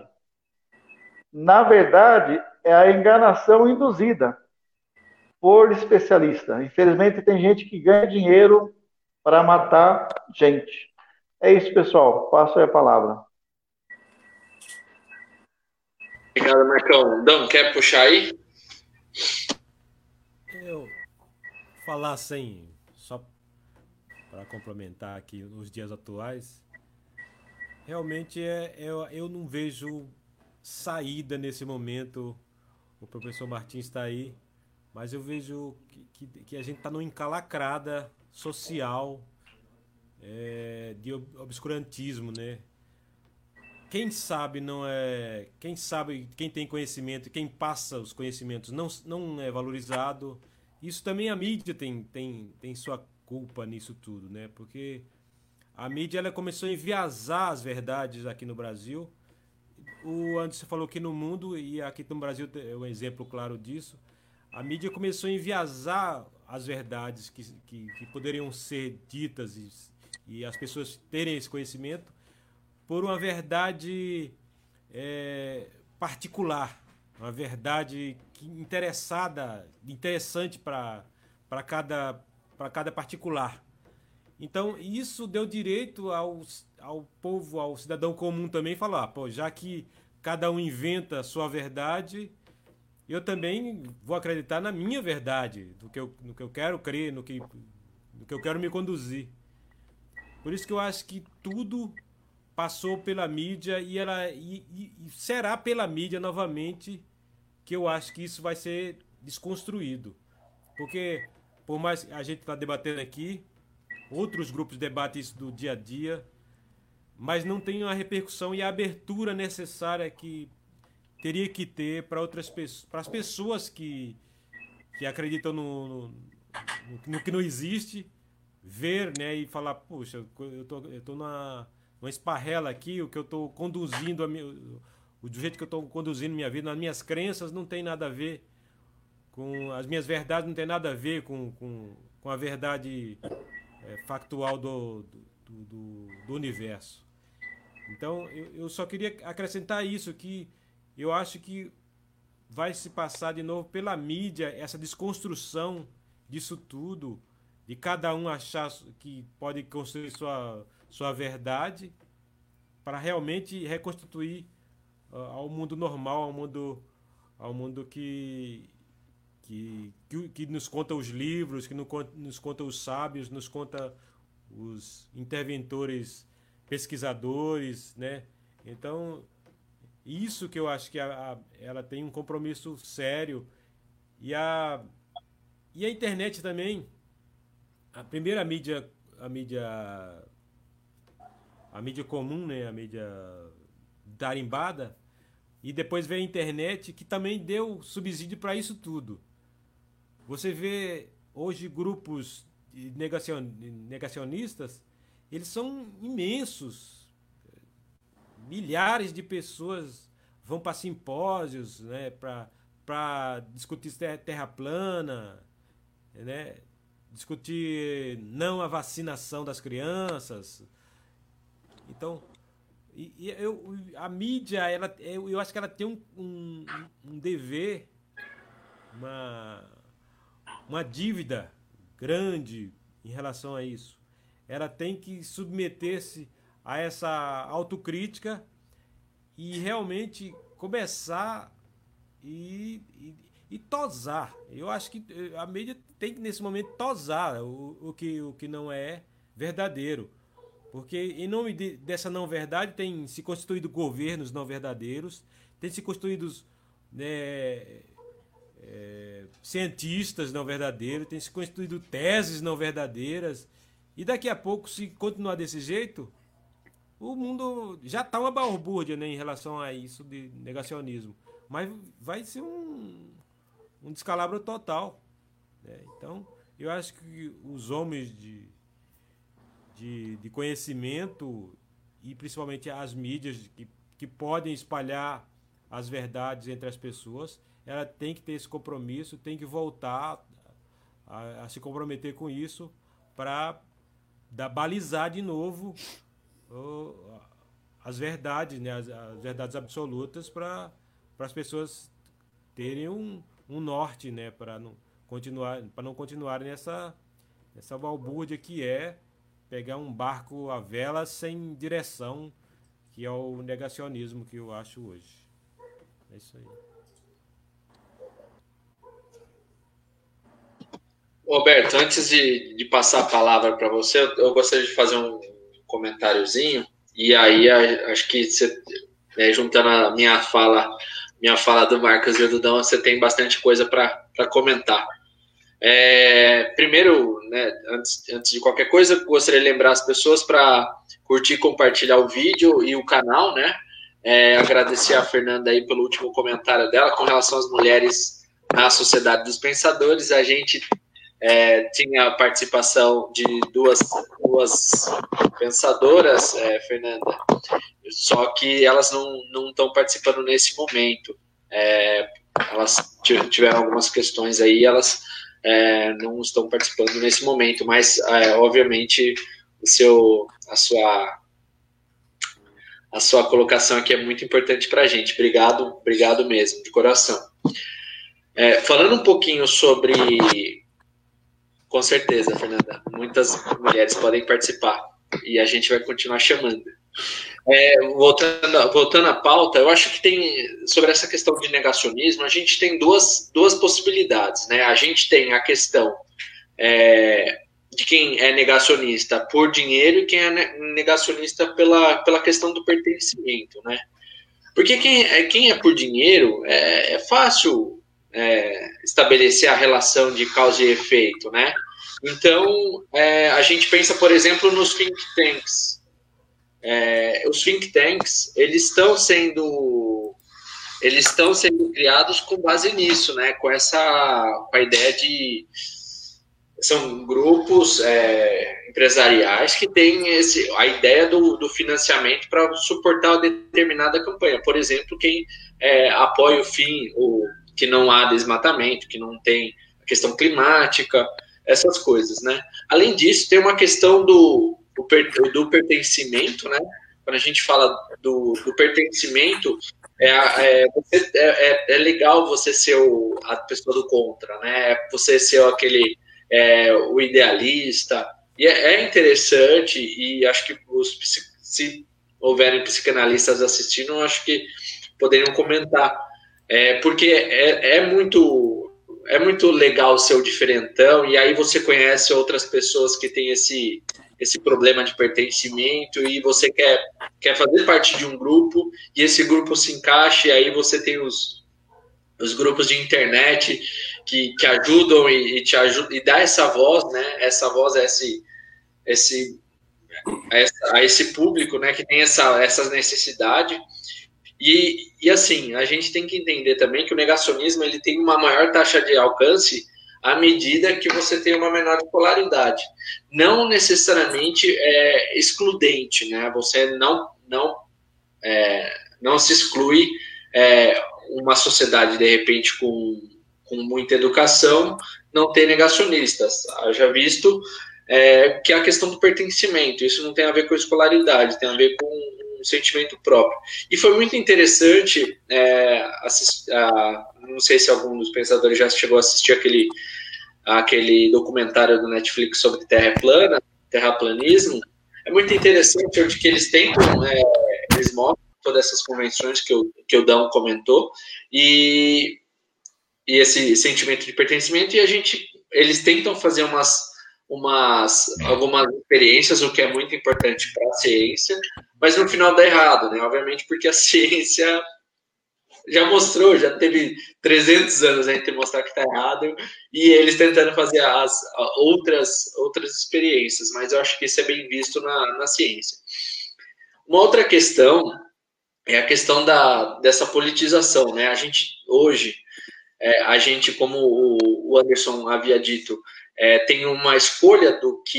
Speaker 4: Na verdade, é a enganação induzida por especialista. Infelizmente, tem gente que ganha dinheiro para matar gente. É isso, pessoal. Passo aí a palavra.
Speaker 1: Obrigado, Marcão. Dão, quer puxar aí?
Speaker 3: Eu falar assim, só para complementar aqui os dias atuais, realmente eu não vejo saída nesse momento. O professor Martins está aí, mas eu vejo que a gente está numa encalacrada social de obscurantismo, né? Quem sabe não é, quem sabe, quem tem conhecimento, quem passa os conhecimentos não é valorizado. Isso também a mídia tem sua culpa nisso tudo, né? Porque a mídia ela começou a enviesar as verdades aqui no Brasil. O Anderson falou que no mundo, e aqui no Brasil é um exemplo claro disso, a mídia começou a enviesar as verdades que poderiam ser ditas e as pessoas terem esse conhecimento por uma verdade particular, uma verdade interessante para cada particular. Então, isso deu direito ao povo, ao cidadão comum também falar, pô, já que cada um inventa a sua verdade, eu também vou acreditar na minha verdade, no que eu quero crer, no que eu quero me conduzir. Por isso que eu acho que tudo passou pela mídia e será pela mídia novamente que eu acho que isso vai ser desconstruído. Porque, por mais que a gente está debatendo aqui, outros grupos debatem isso do dia a dia, mas não tem a repercussão e a abertura necessária que teria que ter para outras pessoas, para as pessoas que acreditam no que não existe, ver, né, e falar, puxa, eu tô numa esparrela aqui, o que eu estou conduzindo, do jeito que eu estou conduzindo minha vida, nas minhas crenças não tem nada a ver com as minhas verdades, não tem nada a ver com a verdade factual do universo. Então, eu só queria acrescentar isso, que eu acho que vai se passar de novo pela mídia essa desconstrução disso tudo, de cada um achar que pode construir sua verdade para realmente reconstituir ao mundo normal, ao mundo que nos conta os livros, que nos conta os sábios, nos conta os interventores pesquisadores, né? Então, isso que eu acho que ela tem um compromisso sério. E a internet também, a primeira mídia comum, né? A mídia tarimbada, e depois veio a internet, que também deu subsídio para isso tudo. Você vê hoje grupos negacionistas, eles são imensos. Milhares de pessoas vão para simpósios, né, para discutir terra plana, né, discutir não a vacinação das crianças. Então, a mídia, eu acho que ela tem um dever, uma dívida grande em relação a isso. Ela tem que submeter-se a essa autocrítica e realmente começar e tosar. Eu acho que a mídia tem que, nesse momento, tosar o que não é verdadeiro. Porque, em nome dessa não verdade, tem se constituído governos não verdadeiros, tem se constituído cientistas não verdadeiros, tem se constituído teses não verdadeiras. E daqui a pouco, se continuar desse jeito, o mundo já está uma balbúrdia, né, em relação a isso de negacionismo. Mas vai ser um descalabro total, né? Então, eu acho que os homens de conhecimento, e principalmente as mídias que podem espalhar as verdades entre as pessoas, ela tem que ter esse compromisso, tem que voltar a se comprometer com isso para balizar de novo as verdades, né, as verdades absolutas, para as pessoas terem um norte, né, para não continuarem nessa balbúrdia que é pegar um barco à vela sem direção, que é o negacionismo que eu acho hoje. É isso aí.
Speaker 1: Roberto, antes de passar a palavra para você, eu gostaria de fazer um comentáriozinho, e aí acho que você, juntando a minha fala do Marcos e do Dudão, você tem bastante coisa para comentar. Primeiro, né, antes de qualquer coisa, eu gostaria de lembrar as pessoas para curtir e compartilhar o vídeo e o canal, né? Agradecer a Fernanda aí pelo último comentário dela com relação às mulheres na Sociedade dos Pensadores. A gente tinha a participação de duas pensadoras, Fernanda, só que elas não estão participando nesse momento, elas tiveram algumas questões aí, elas não estão participando nesse momento, mas obviamente a sua colocação aqui é muito importante para a gente. Obrigado mesmo, de coração. Falando um pouquinho sobre... Com certeza, Fernanda, muitas mulheres podem participar e a gente vai continuar chamando. Voltando à pauta, eu acho que tem, sobre essa questão de negacionismo, a gente tem duas possibilidades, né? A gente tem a questão de quem é negacionista por dinheiro e quem é negacionista pela questão do pertencimento, né? Porque quem é por dinheiro é fácil estabelecer a relação de causa e efeito, né? Então, a gente pensa, por exemplo, nos think tanks. Os think tanks, eles estão sendo criados com base nisso, né? Com a ideia de... São grupos empresariais que têm a ideia do financiamento para suportar uma determinada campanha. Por exemplo, quem apoia o fim, que não há desmatamento, que não tem a questão climática, essas coisas, né? Além disso, tem uma questão do pertencimento, né? Quando a gente fala do pertencimento, é legal você ser a pessoa do contra, né? Você ser o idealista, e é interessante, e acho que se houverem psicanalistas assistindo, acho que poderiam comentar, porque é muito legal ser o diferentão, e aí você conhece outras pessoas que têm esse problema de pertencimento, e você quer fazer parte de um grupo, e esse grupo se encaixa, e aí você tem os grupos de internet que ajudam e te ajudam, e dá essa voz, né? Essa voz a esse público, né? Que tem essa necessidade. E assim, a gente tem que entender também que o negacionismo ele tem uma maior taxa de alcance à medida que você tem uma menor polaridade. Não necessariamente excludente, né? Você não se exclui uma sociedade, de repente, com muita educação, não ter negacionistas. Haja visto que é a questão do pertencimento, isso não tem a ver com escolaridade, tem a ver com um sentimento próprio. E foi muito interessante, não sei se algum dos pensadores já chegou a assistir aquele documentário do Netflix sobre terraplanismo. É muito interessante onde que eles tentam, eles mostram todas essas convenções que o Dão comentou, e esse sentimento de pertencimento, e eles tentam fazer algumas experiências, o que é muito importante para a ciência, mas no final dá errado, né? Obviamente, porque a ciência já mostrou, já teve 300 anos a gente mostrar que está errado, e eles tentando fazer as outras experiências, mas eu acho que isso é bem visto na ciência. Uma outra questão é a questão dessa politização, né? A gente, hoje, como o Anderson havia dito, tem uma escolha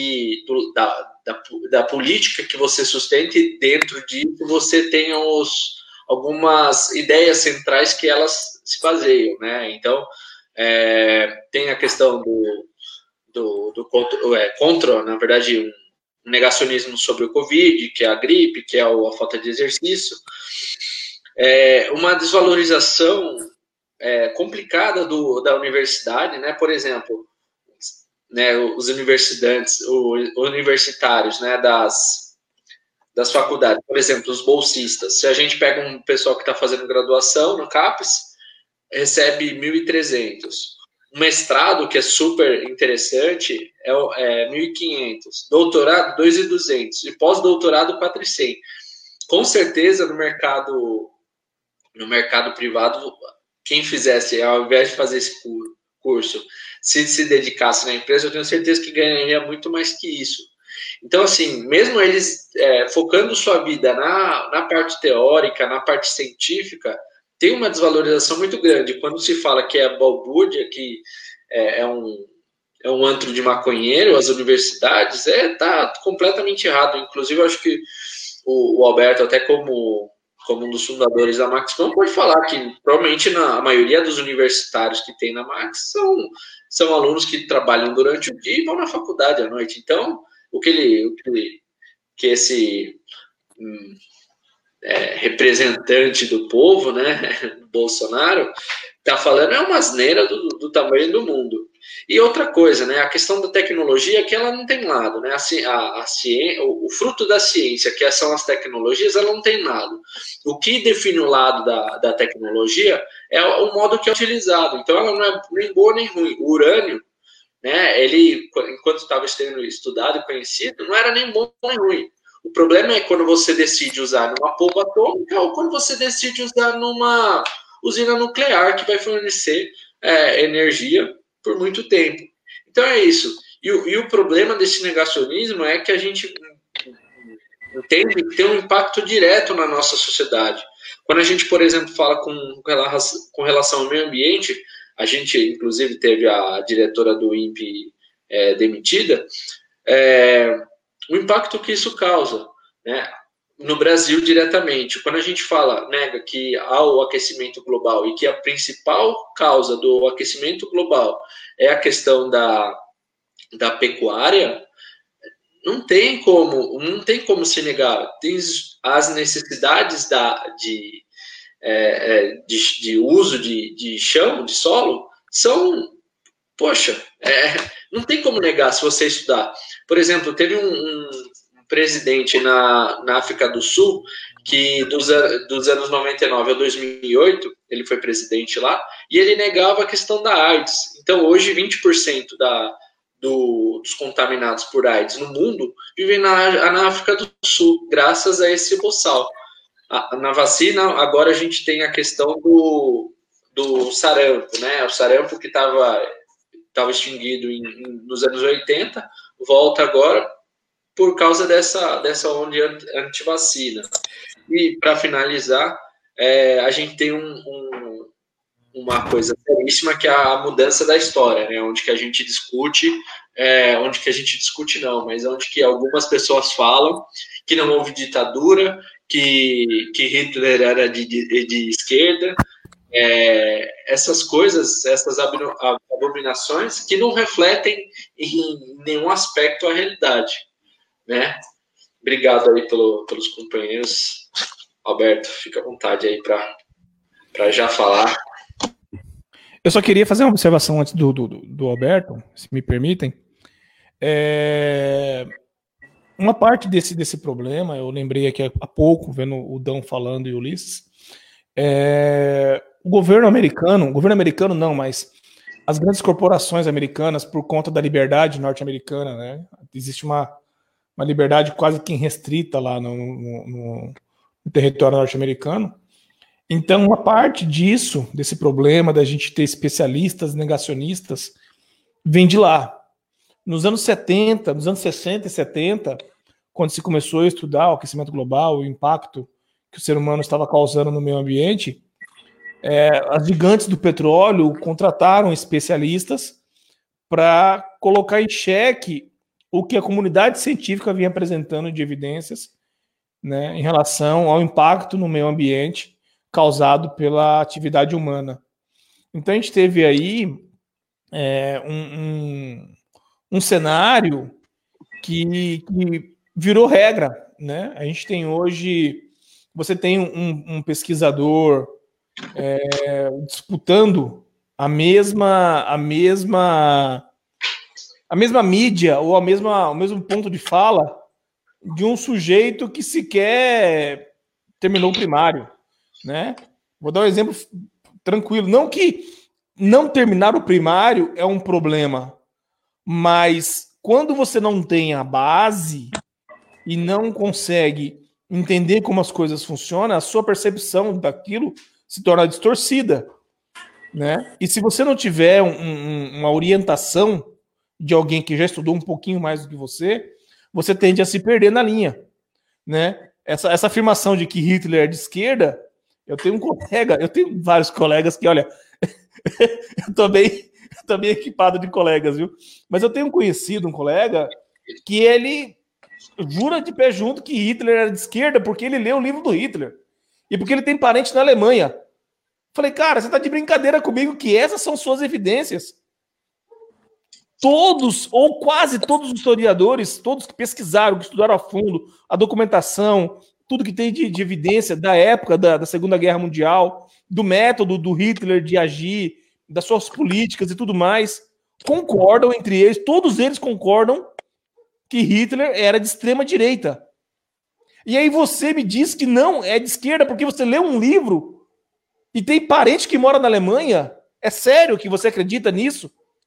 Speaker 1: da política que você sustenta, e dentro disso você tem algumas ideias centrais que elas se baseiam, né? Então, tem a questão contra, na verdade, um negacionismo sobre o Covid, que é a gripe, que é a falta de exercício, uma desvalorização complicada da universidade, né? Por exemplo, né, os universitários, né, das faculdades, por exemplo, os bolsistas. Se a gente pega um pessoal que está fazendo graduação no CAPES, recebe 1.300. Um mestrado, que é super interessante, é 1.500. Doutorado, 2.200. E pós-doutorado, 4.100. Com certeza, no mercado privado, quem fizesse, ao invés de fazer esse curso, se dedicasse na empresa, eu tenho certeza que ganharia muito mais que isso. Então, assim, mesmo eles focando sua vida na parte teórica, na parte científica, tem uma desvalorização muito grande. Quando se fala que é balbúrdia, que é um antro de maconheiro, as universidades, tá completamente errado. Inclusive, eu acho que o Alberto, até como como um dos fundadores da Max Plan, pode falar que provavelmente a maioria dos universitários que tem na Max são alunos que trabalham durante o dia e vão na faculdade à noite. Então, que esse representante do povo, né, Bolsonaro, está falando é uma asneira do tamanho do mundo. E outra coisa, né, a questão da tecnologia é que ela não tem lado, né, a ciência, o fruto da ciência, que são as tecnologias, ela não tem lado. O que define o lado da tecnologia é o modo que é utilizado. Então, ela não é nem boa nem ruim. O urânio, né, ele, enquanto estava sendo estudado e conhecido, não era nem bom nem ruim. O problema é quando você decide usar numa bomba atômica ou quando você decide usar numa usina nuclear que vai fornecer energia por muito tempo. Então é isso. E o problema desse negacionismo é que a gente entende que tem um impacto direto na nossa sociedade. Quando a gente, por exemplo, fala com relação ao meio ambiente, a gente, inclusive, teve a diretora do INPE demitida, o impacto que isso causa, né? No Brasil diretamente. Quando a gente nega que há o aquecimento global e que a principal causa do aquecimento global é a questão da pecuária, não tem como se negar. Tem as necessidades de uso de chão, de solo, são, não tem como negar se você estudar. Por exemplo, teve um presidente na África do Sul que dos anos 99 a 2008, ele foi presidente lá, e ele negava a questão da AIDS. Então, hoje, 20% dos contaminados por AIDS no mundo vivem na África do Sul, graças a esse boçal. Na vacina, agora a gente tem a questão do sarampo, né? O sarampo que estava extinguido nos anos 80, volta agora por causa dessa onda antivacina. E, para finalizar, a gente tem uma coisa seríssima, que é a mudança da história, né? Onde que a gente discute, mas onde que algumas pessoas falam que não houve ditadura, que Hitler era de esquerda, essas coisas, essas abominações que não refletem em nenhum aspecto a realidade, né? Obrigado aí pelos companheiros. Alberto, fica à vontade aí para já falar.
Speaker 2: Eu só queria fazer uma observação antes do Alberto, se me permitem. Uma parte desse problema, eu lembrei aqui há pouco, vendo o Dão falando e o Ulisses, o governo americano não, mas as grandes corporações americanas, por conta da liberdade norte-americana, né? Existe uma liberdade quase que irrestrita lá no território norte-americano. Então, uma parte desse problema da gente ter especialistas negacionistas, vem de lá. Nos anos 60 e 70, quando se começou a estudar o aquecimento global, o impacto que o ser humano estava causando no meio ambiente, as gigantes do petróleo contrataram especialistas para colocar em xeque o que a comunidade científica vinha apresentando de evidências, né, em relação ao impacto no meio ambiente causado pela atividade humana. Então a gente teve aí um cenário que virou regra, né? A gente tem hoje, você tem um pesquisador disputando a mesma mídia ou o mesmo ponto de fala de um sujeito que sequer terminou o primário, né? Vou dar um exemplo tranquilo. Não que não terminar o primário é um problema, mas quando você não tem a base e não consegue entender como as coisas funcionam, a sua percepção daquilo se torna distorcida, né? E se você não tiver uma orientação de alguém que já estudou um pouquinho mais do que você tende a se perder na linha, né? Essa afirmação de que Hitler é de esquerda, eu tenho vários colegas que, olha, eu tô bem equipado de colegas, viu? Mas eu tenho um colega, que ele jura de pé junto que Hitler era de esquerda porque ele leu o livro do Hitler. e porque ele tem parente na Alemanha. Falei, cara, você está de brincadeira comigo que essas são suas evidências. Todos, ou quase todos os historiadores, todos que pesquisaram, que estudaram a fundo a documentação, tudo que tem de evidência da época da Segunda Guerra Mundial, do método do Hitler de agir, das suas políticas e tudo mais, concordam entre eles, todos eles concordam que Hitler era de extrema direita. E aí você me diz que não, é de esquerda, porque você leu um livro e tem parente que mora na Alemanha? É sério que você acredita nisso?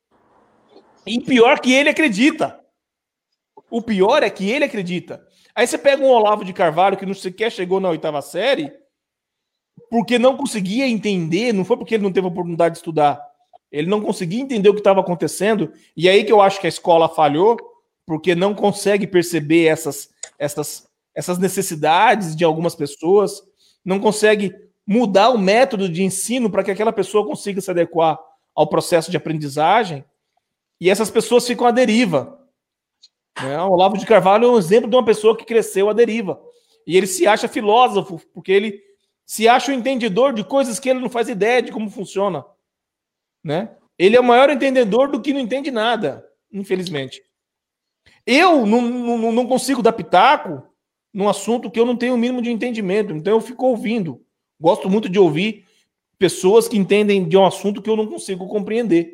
Speaker 2: E pior que ele acredita. O pior é que ele acredita. Aí você pega um Olavo de Carvalho que não sequer chegou na 8ª série porque não conseguia entender, não foi porque ele não teve a oportunidade de estudar, ele não conseguia entender o que estava acontecendo, e aí que eu acho que a escola falhou, porque não consegue perceber essas necessidades de algumas pessoas, não consegue mudar o método de ensino para que aquela pessoa consiga se adequar ao processo de aprendizagem, e essas pessoas ficam à deriva. O Olavo de Carvalho é um exemplo de uma pessoa que cresceu à deriva. E ele se acha filósofo, porque ele se acha um entendedor de coisas que ele não faz ideia de como funciona. Né? Ele é o maior entendedor do que não entende nada, infelizmente. Eu não consigo dar pitaco num assunto que eu não tenho o mínimo de entendimento, então eu fico ouvindo. Gosto muito de ouvir pessoas que entendem de um assunto que eu não consigo compreender.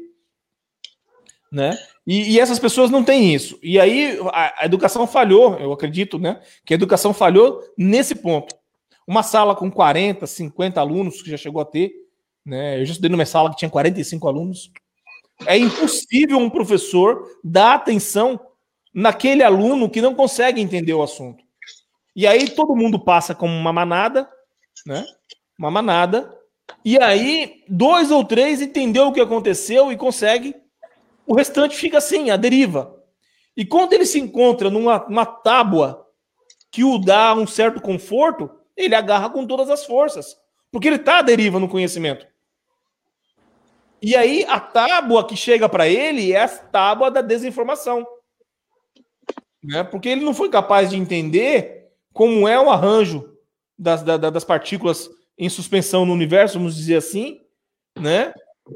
Speaker 2: Né? E essas pessoas não têm isso. E aí a educação falhou, eu acredito, né? Que a educação falhou nesse ponto. Uma sala com 40, 50 alunos, que já chegou a ter, né? Eu já estudei numa sala que tinha 45 alunos. É impossível um professor dar atenção naquele aluno que não consegue entender o assunto. E aí todo mundo passa como uma manada, né? Uma manada. E aí 2 ou 3 entendeu o que aconteceu e consegue. O restante fica assim, à deriva. E quando ele se encontra numa tábua que o dá um certo conforto, ele agarra com todas as forças. Porque ele está à deriva no conhecimento. E aí a tábua que chega para ele é a tábua da desinformação. Né? Porque ele não foi capaz de entender como é o arranjo das partículas em suspensão no universo, vamos dizer assim, né?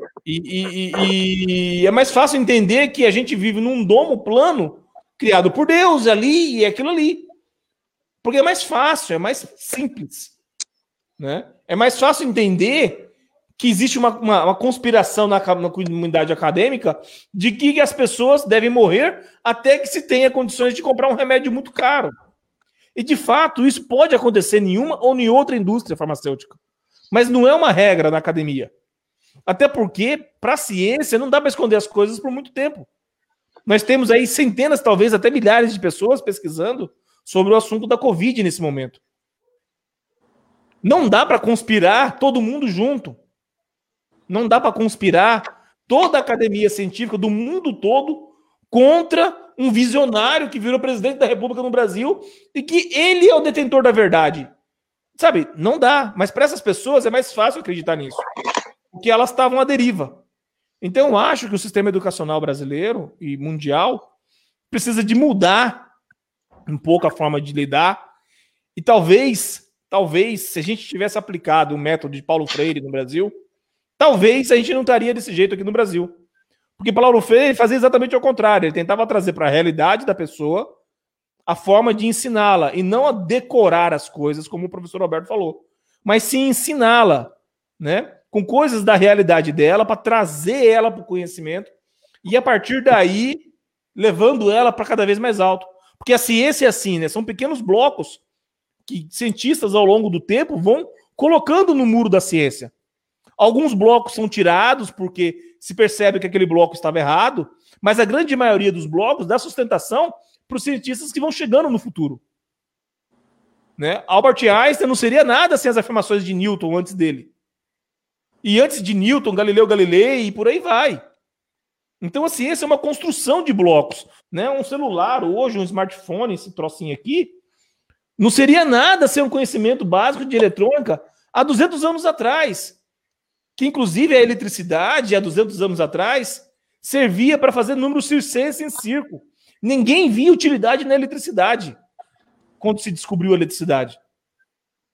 Speaker 2: E é mais fácil entender que a gente vive num domo plano criado por Deus ali e aquilo ali. Porque é mais fácil, é mais simples. Né? É mais fácil entender que existe uma conspiração na comunidade acadêmica de que as pessoas devem morrer até que se tenha condições de comprar um remédio muito caro. E, de fato, isso pode acontecer em uma ou em outra indústria farmacêutica. Mas não é uma regra na academia. Até porque, para a ciência, não dá para esconder as coisas por muito tempo. Nós temos aí centenas, talvez até milhares de pessoas pesquisando sobre o assunto da Covid nesse momento. Não dá para conspirar todo mundo junto. Não dá para conspirar toda a academia científica do mundo todo contra um visionário que virou presidente da República no Brasil e que ele é o detentor da verdade. Sabe, não dá. Mas para essas pessoas é mais fácil acreditar nisso. Porque elas estavam à deriva. Então eu acho que o sistema educacional brasileiro e mundial precisa de mudar um pouco a forma de lidar. E talvez, se a gente tivesse aplicado o método de Paulo Freire no Brasil, talvez a gente não estaria desse jeito aqui no Brasil. Porque Paulo Freire fazia exatamente o contrário. Ele tentava trazer para a realidade da pessoa a forma de ensiná-la e não a decorar as coisas, como o professor Alberto falou, mas sim ensiná-la, né? Com coisas da realidade dela, para trazer ela para o conhecimento e, a partir daí, levando ela para cada vez mais alto. Porque a ciência é assim, né? São pequenos blocos que cientistas, ao longo do tempo, vão colocando no muro da ciência. Alguns blocos são tirados porque se percebe que aquele bloco estava errado, mas a grande maioria dos blocos dá sustentação para os cientistas que vão chegando no futuro. Né? Albert Einstein não seria nada sem as afirmações de Newton antes dele. E antes de Newton, Galileu Galilei e por aí vai. Então a ciência é uma construção de blocos. Né? Um celular hoje, um smartphone, esse trocinho aqui, não seria nada sem um conhecimento básico de eletrônica há 200 anos atrás. Que inclusive a eletricidade, há 200 anos atrás, servia para fazer números circenses em circo. Ninguém via utilidade na eletricidade quando se descobriu a eletricidade.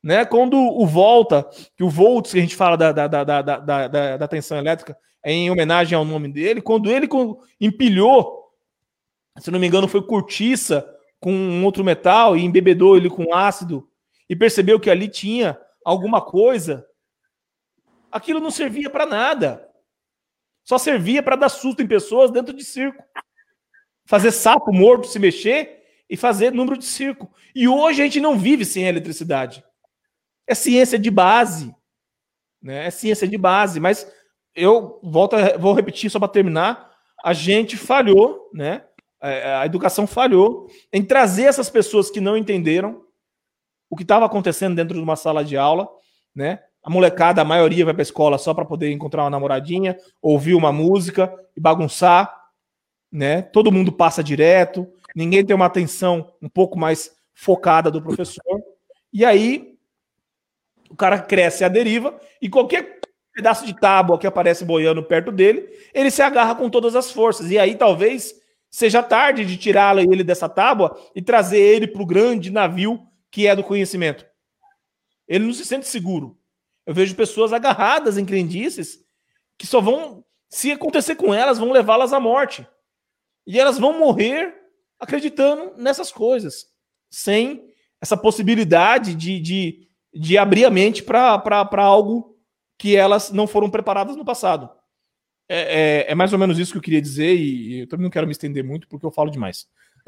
Speaker 2: né? Quando o Volta, que o Volts, que a gente fala da tensão elétrica, é em homenagem ao nome dele, quando ele empilhou, se não me engano, foi cortiça com um outro metal e embebedou ele com ácido e percebeu que ali tinha alguma coisa, aquilo não servia para nada. Só servia para dar susto em pessoas dentro de circo. Fazer sapo morto se mexer e fazer número de circo. E hoje a gente não vive sem a eletricidade. É ciência de base. Né? É ciência de base. Mas eu vou repetir só para terminar. A gente falhou, né? A educação falhou em trazer essas pessoas que não entenderam o que estava acontecendo dentro de uma sala de aula, né? A molecada, a maioria vai para a escola só para poder encontrar uma namoradinha, ouvir uma música e bagunçar, né? Todo mundo passa direto, ninguém tem uma atenção um pouco mais focada do professor. E aí o cara cresce à deriva e qualquer pedaço de tábua que aparece boiando perto dele, ele se agarra com todas as forças. E aí talvez seja tarde de tirá-lo ele dessa tábua e trazer ele para o grande navio que é do conhecimento. Ele não se sente seguro. Eu vejo pessoas agarradas em crendices que só vão, se acontecer com elas, vão levá-las à morte. E elas vão morrer acreditando nessas coisas, sem essa possibilidade de abrir a mente para algo que elas não foram preparadas no passado. É mais ou menos isso que eu queria dizer, e eu também não quero me estender muito, porque eu falo demais.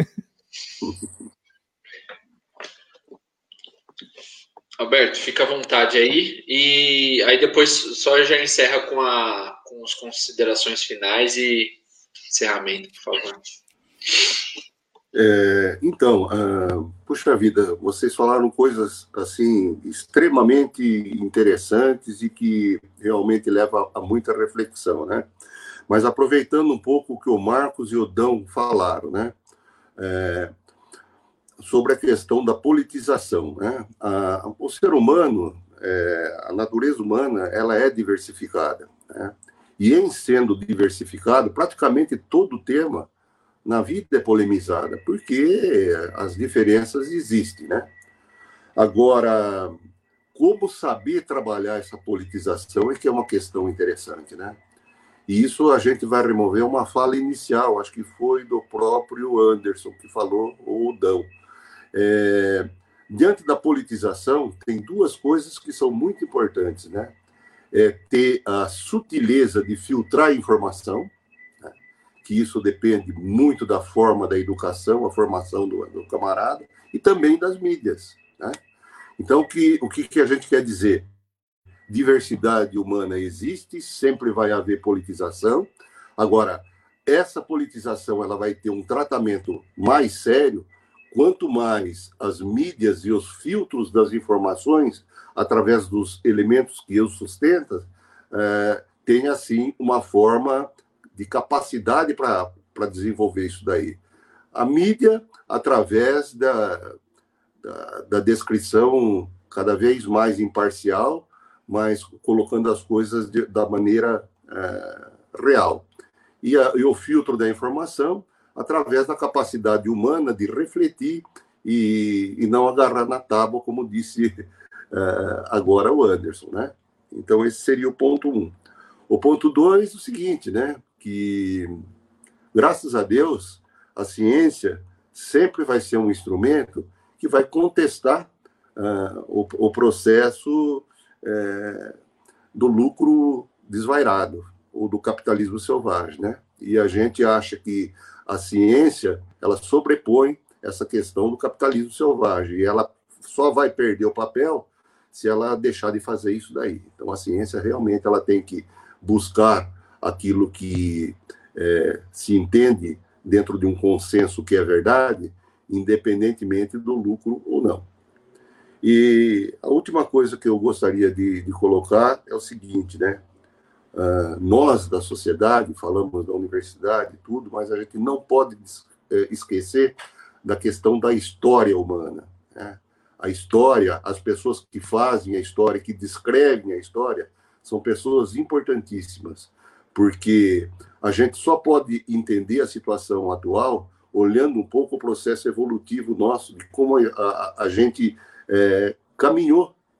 Speaker 1: Alberto, fica à vontade aí, e aí depois só já encerra com as considerações finais e encerramento, por favor.
Speaker 5: Puxa vida, vocês falaram coisas assim extremamente interessantes e que realmente levam a muita reflexão, né? Mas aproveitando um pouco o que o Marcos e o Dão falaram, né? Sobre a questão da politização, né? O ser humano, a natureza humana, ela é diversificada, né? E em sendo diversificado, praticamente todo tema na vida é polemizada, porque as diferenças existem, né? Agora, como saber trabalhar essa politização é que é uma questão interessante, né? E isso a gente vai remover uma fala inicial, acho que foi do próprio Anderson que falou, ou o Dão. Diante da politização, tem duas coisas que são muito importantes, né? Ter a sutileza de filtrar a informação, né? Que isso depende muito da forma da educação, a formação do camarada, e também das mídias, né? Então, o que a gente quer dizer? Diversidade humana existe, sempre vai haver politização. Agora, essa politização ela vai ter um tratamento mais sério quanto mais as mídias e os filtros das informações, através dos elementos que eu sustento, tem, assim, uma forma de capacidade para desenvolver isso daí. A mídia, através da descrição cada vez mais imparcial, mas colocando as coisas da maneira real. E o filtro da informação, através da capacidade humana de refletir e não agarrar na tábua, como disse agora o Anderson, né? Então, esse seria o ponto 1. O ponto 2, o seguinte, né? Que, graças a Deus, a ciência sempre vai ser um instrumento que vai contestar o processo do lucro desvairado, ou do capitalismo selvagem, né? E a gente acha que a ciência, ela sobrepõe essa questão do capitalismo selvagem, e ela só vai perder o papel se ela deixar de fazer isso daí. Então, a ciência, realmente, ela tem que buscar aquilo que se entende dentro de um consenso que é verdade, independentemente do lucro ou não. E a última coisa que eu gostaria de colocar é o seguinte, né? Nós, da sociedade, falamos da universidade e tudo, mas a gente não pode esquecer da questão da história humana, né? A história, as pessoas que fazem a história, que descrevem a história, são pessoas importantíssimas, porque a gente só pode entender a situação atual olhando um pouco o processo evolutivo nosso, de como a gente caminhou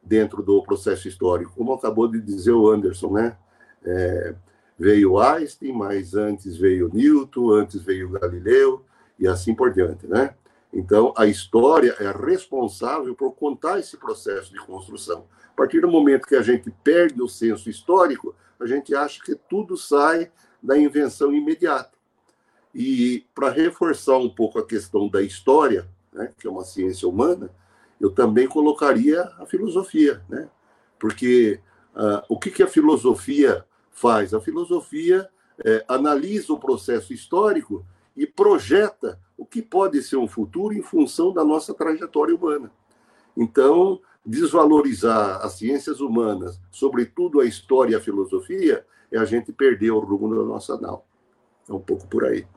Speaker 5: dentro do processo histórico, como acabou de dizer o Anderson, né? Veio Einstein, mas antes veio Newton, antes veio Galileu, e assim por diante, né? Então, a história é responsável por contar esse processo de construção. A partir do momento que a gente perde o senso histórico, a gente acha que tudo sai da invenção imediata. E, para reforçar um pouco a questão da história, né, que é uma ciência humana, eu também colocaria a filosofia, né? Porque o que a filosofia faz? A filosofia analisa o processo histórico e projeta o que pode ser um futuro em função da nossa trajetória humana. Então, desvalorizar as ciências humanas, sobretudo a história e a filosofia, é a gente perder o rumo da nossa nau. É um pouco por aí.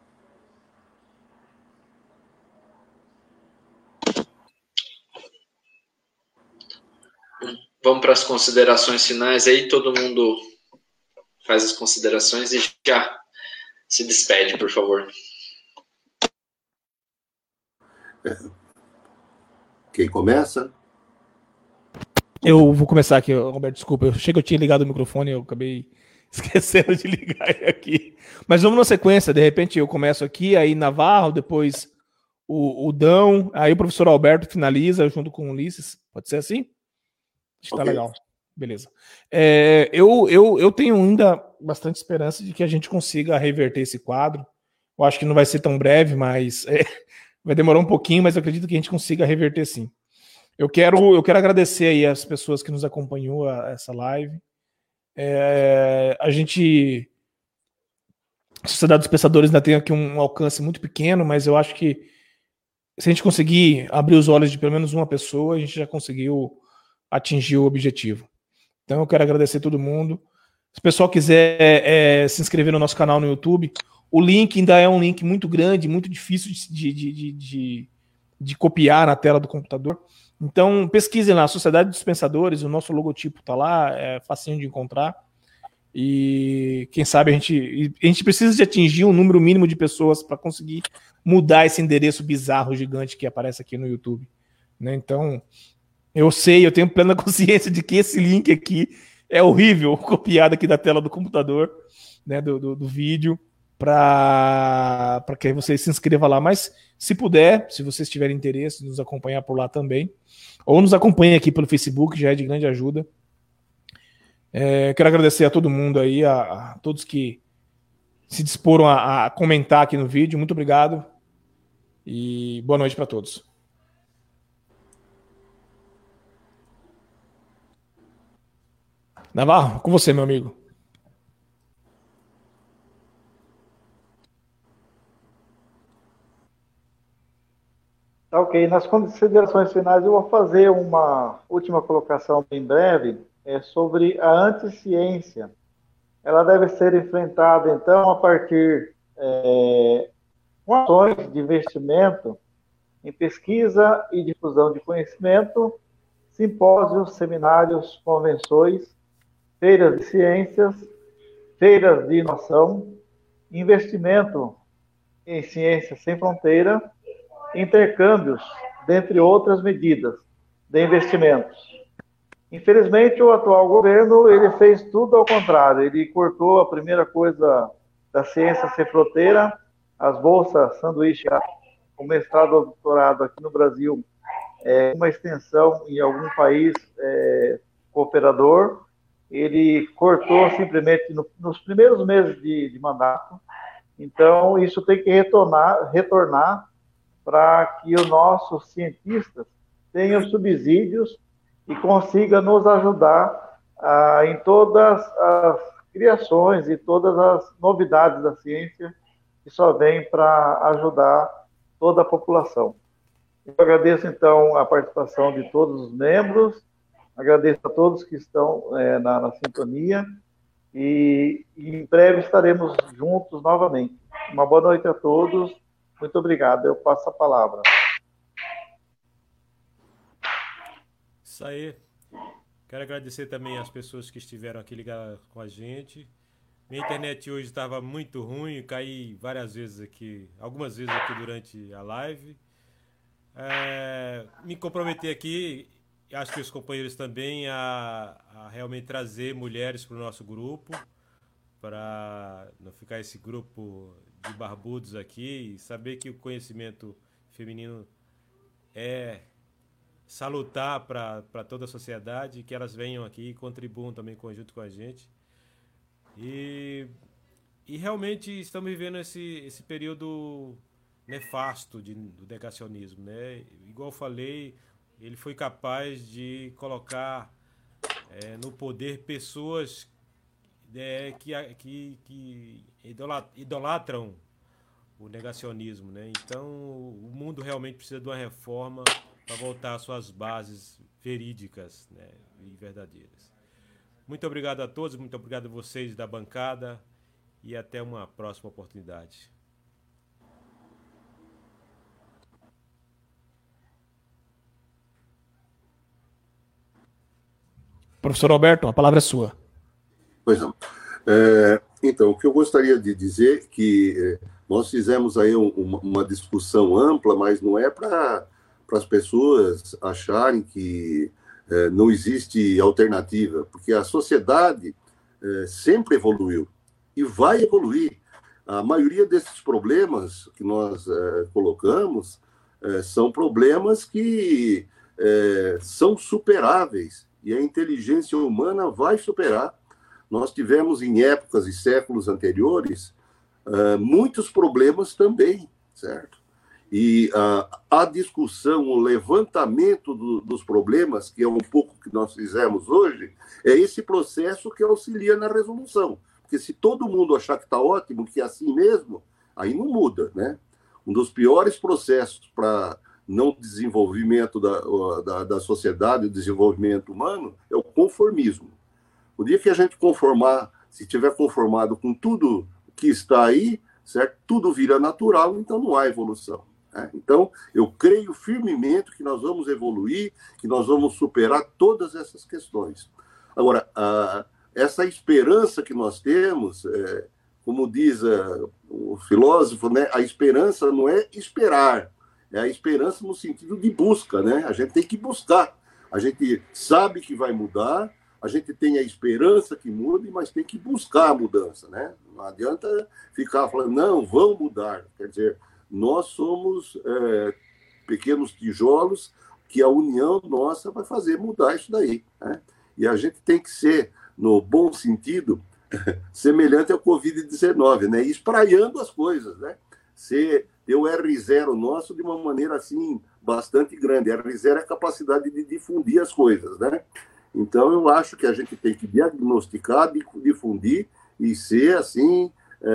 Speaker 1: Vamos para as considerações finais aí, todo mundo faz as considerações e já se despede, por favor.
Speaker 5: Quem começa?
Speaker 2: Eu vou começar aqui, Roberto, desculpa. Eu achei que eu tinha ligado o microfone, eu acabei esquecendo de ligar ele aqui. Mas vamos na sequência, de repente eu começo aqui, aí Navarro, depois o Dão, aí o professor Alberto finaliza junto com o Ulisses. Pode ser assim? Acho que tá legal. Beleza. Eu tenho ainda bastante esperança de que a gente consiga reverter esse quadro. Eu acho que não vai ser tão breve, mas vai demorar um pouquinho, mas eu acredito que a gente consiga reverter sim. Eu quero agradecer aí as pessoas que nos acompanhou a essa live. A Sociedade dos Pensadores ainda tem aqui um alcance muito pequeno, mas eu acho que se a gente conseguir abrir os olhos de pelo menos uma pessoa, a gente já conseguiu atingir o objetivo. Então eu quero agradecer a todo mundo. Se o pessoal quiser se inscrever no nosso canal no YouTube, o link ainda é um link muito grande, muito difícil de copiar na tela do computador. Então pesquisem lá, Sociedade dos Pensadores, o nosso logotipo está lá, é facinho de encontrar. E quem sabe a gente precisa de atingir um número mínimo de pessoas para conseguir mudar esse endereço bizarro gigante que aparece aqui no YouTube, né? Então eu tenho plena consciência de que esse link aqui é horrível, copiado aqui da tela do computador, né, do vídeo, para que você se inscreva lá. Mas, se puder, se vocês tiverem interesse, nos acompanhar por lá também, ou nos acompanhem aqui pelo Facebook, já é de grande ajuda. Quero agradecer a todo mundo aí, a todos que se disporam a comentar aqui no vídeo. Muito obrigado e boa noite para todos. Navarro, com você, meu amigo.
Speaker 4: Ok, nas considerações finais eu vou fazer uma última colocação bem breve sobre a anticiência. Ela deve ser enfrentada, então, a partir com ações de investimento em pesquisa e difusão de conhecimento, simpósios, seminários, convenções, feiras de ciências, feiras de inovação, investimento em ciência sem fronteira, intercâmbios, dentre outras medidas de investimentos. Infelizmente, o atual governo ele fez tudo ao contrário. Ele cortou a primeira coisa da ciência sem fronteira, as bolsas sanduíche, o mestrado ou doutorado aqui no Brasil, uma extensão em algum país cooperador. Ele cortou simplesmente nos primeiros meses de mandato. Então, isso tem que retornar para que os nossos cientistas tenham subsídios e consigam nos ajudar em todas as criações e todas as novidades da ciência que só vêm para ajudar toda a população. Eu agradeço, então, a participação de todos os membros, agradeço a todos que estão na sintonia e em breve estaremos juntos novamente. Uma boa noite a todos. Muito obrigado. Eu passo a palavra.
Speaker 3: Isso aí. Quero agradecer também às pessoas que estiveram aqui ligadas com a gente. Minha internet hoje estava muito ruim, caí várias vezes aqui, algumas vezes aqui durante a live. Me comprometer aqui acho que os companheiros também a realmente trazer mulheres para o nosso grupo, para não ficar esse grupo de barbudos aqui, e saber que o conhecimento feminino é salutar para toda a sociedade, que elas venham aqui e contribuam também junto com a gente. E realmente estamos vivendo esse período nefasto do negacionismo, né? Igual eu falei, ele foi capaz de colocar no poder pessoas que idolatram o negacionismo, né? Então, o mundo realmente precisa de uma reforma para voltar às suas bases verídicas, né, e verdadeiras. Muito obrigado a todos, muito obrigado a vocês da bancada e até uma próxima oportunidade.
Speaker 2: Professor Alberto, a palavra é sua.
Speaker 5: Pois não. Então, o que eu gostaria de dizer é que nós fizemos aí uma discussão ampla, mas não é para as pessoas acharem que não existe alternativa, porque a sociedade sempre evoluiu e vai evoluir. A maioria desses problemas que nós colocamos são problemas que são superáveis, e a inteligência humana vai superar. Nós tivemos em épocas e séculos anteriores muitos problemas também, certo? E a discussão, o levantamento dos problemas, que é um pouco que nós fizemos hoje, é esse processo que auxilia na resolução. Porque se todo mundo achar que está ótimo, que é assim mesmo, aí não muda, né? Um dos piores processos para não desenvolvimento da sociedade, o desenvolvimento humano, é o conformismo. O dia que a gente se tiver conformado com tudo que está aí, certo? Tudo vira natural, então não há evolução. Então, eu creio firmemente que nós vamos evoluir, que nós vamos superar todas essas questões. Agora, essa esperança que nós temos, como diz o filósofo, né, a esperança não é esperar, é a esperança no sentido de busca, né? A gente tem que buscar. A gente sabe que vai mudar, a gente tem a esperança que mude, mas tem que buscar a mudança, né? Não adianta ficar falando, não, vão mudar. Quer dizer, nós somos pequenos tijolos que a união nossa vai fazer mudar isso daí, né? E a gente tem que ser, no bom sentido, semelhante ao Covid-19, né? Espraiando as coisas, né? Ter o R0 nosso de uma maneira assim bastante grande. R0 é a capacidade de difundir as coisas, né? Então, eu acho que a gente tem que diagnosticar, difundir e ser, assim,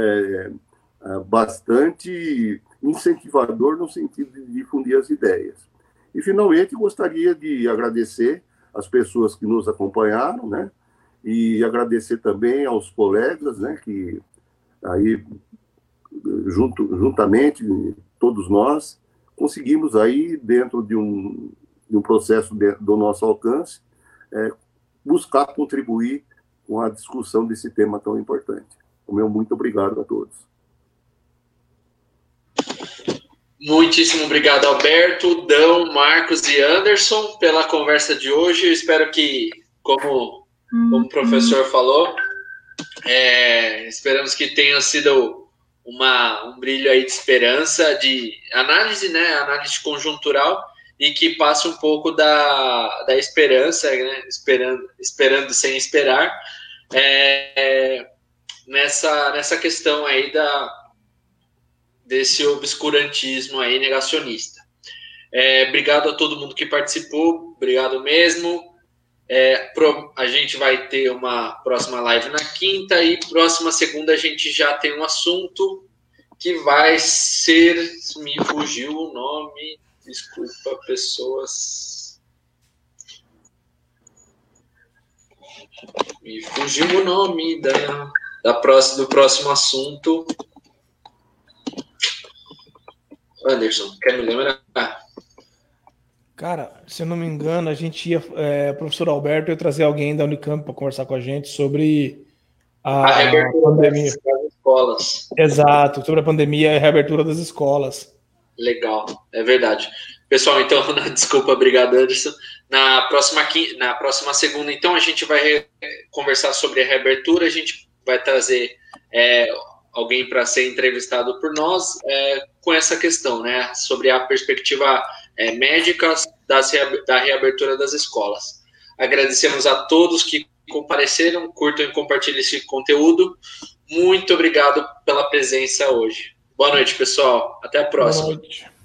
Speaker 5: bastante incentivador no sentido de difundir as ideias. E, finalmente, gostaria de agradecer as pessoas que nos acompanharam, né? E agradecer também aos colegas, né? Que aí, juntamente, todos nós, conseguimos aí, dentro de um processo do nosso alcance, buscar contribuir com a discussão desse tema tão importante. O meu muito obrigado a todos.
Speaker 1: Muitíssimo obrigado, Alberto, Dão, Marcos e Anderson, pela conversa de hoje. Eu espero que, como o professor falou, esperamos que tenha sido um brilho aí de esperança, de análise, né? Análise conjuntural, e que passe um pouco da esperança, né? Esperando sem esperar, nessa questão aí desse obscurantismo aí negacionista. Obrigado a todo mundo que participou, obrigado mesmo. A gente vai ter uma próxima live na quinta e próxima segunda a gente já tem um assunto que vai ser... Me fugiu o nome... Desculpa, pessoas. Me fugiu o nome do próximo assunto. Anderson, quer me lembrar?
Speaker 2: Cara, se eu não me engano, a gente ia... professor Alberto ia trazer alguém da Unicamp para conversar com a gente sobre a pandemia.
Speaker 1: Das escolas.
Speaker 2: Exato, sobre a pandemia e a reabertura das escolas.
Speaker 1: Legal, é verdade. Pessoal, então, desculpa, obrigado, Anderson. Na próxima segunda, então, a gente vai conversar sobre a reabertura, a gente vai trazer alguém para ser entrevistado por nós com essa questão, né, sobre a perspectiva médica da reabertura das escolas. Agradecemos a todos que compareceram, curtam e compartilhem esse conteúdo. Muito obrigado pela presença hoje. Boa noite, pessoal. Até a próxima.
Speaker 2: Boa noite.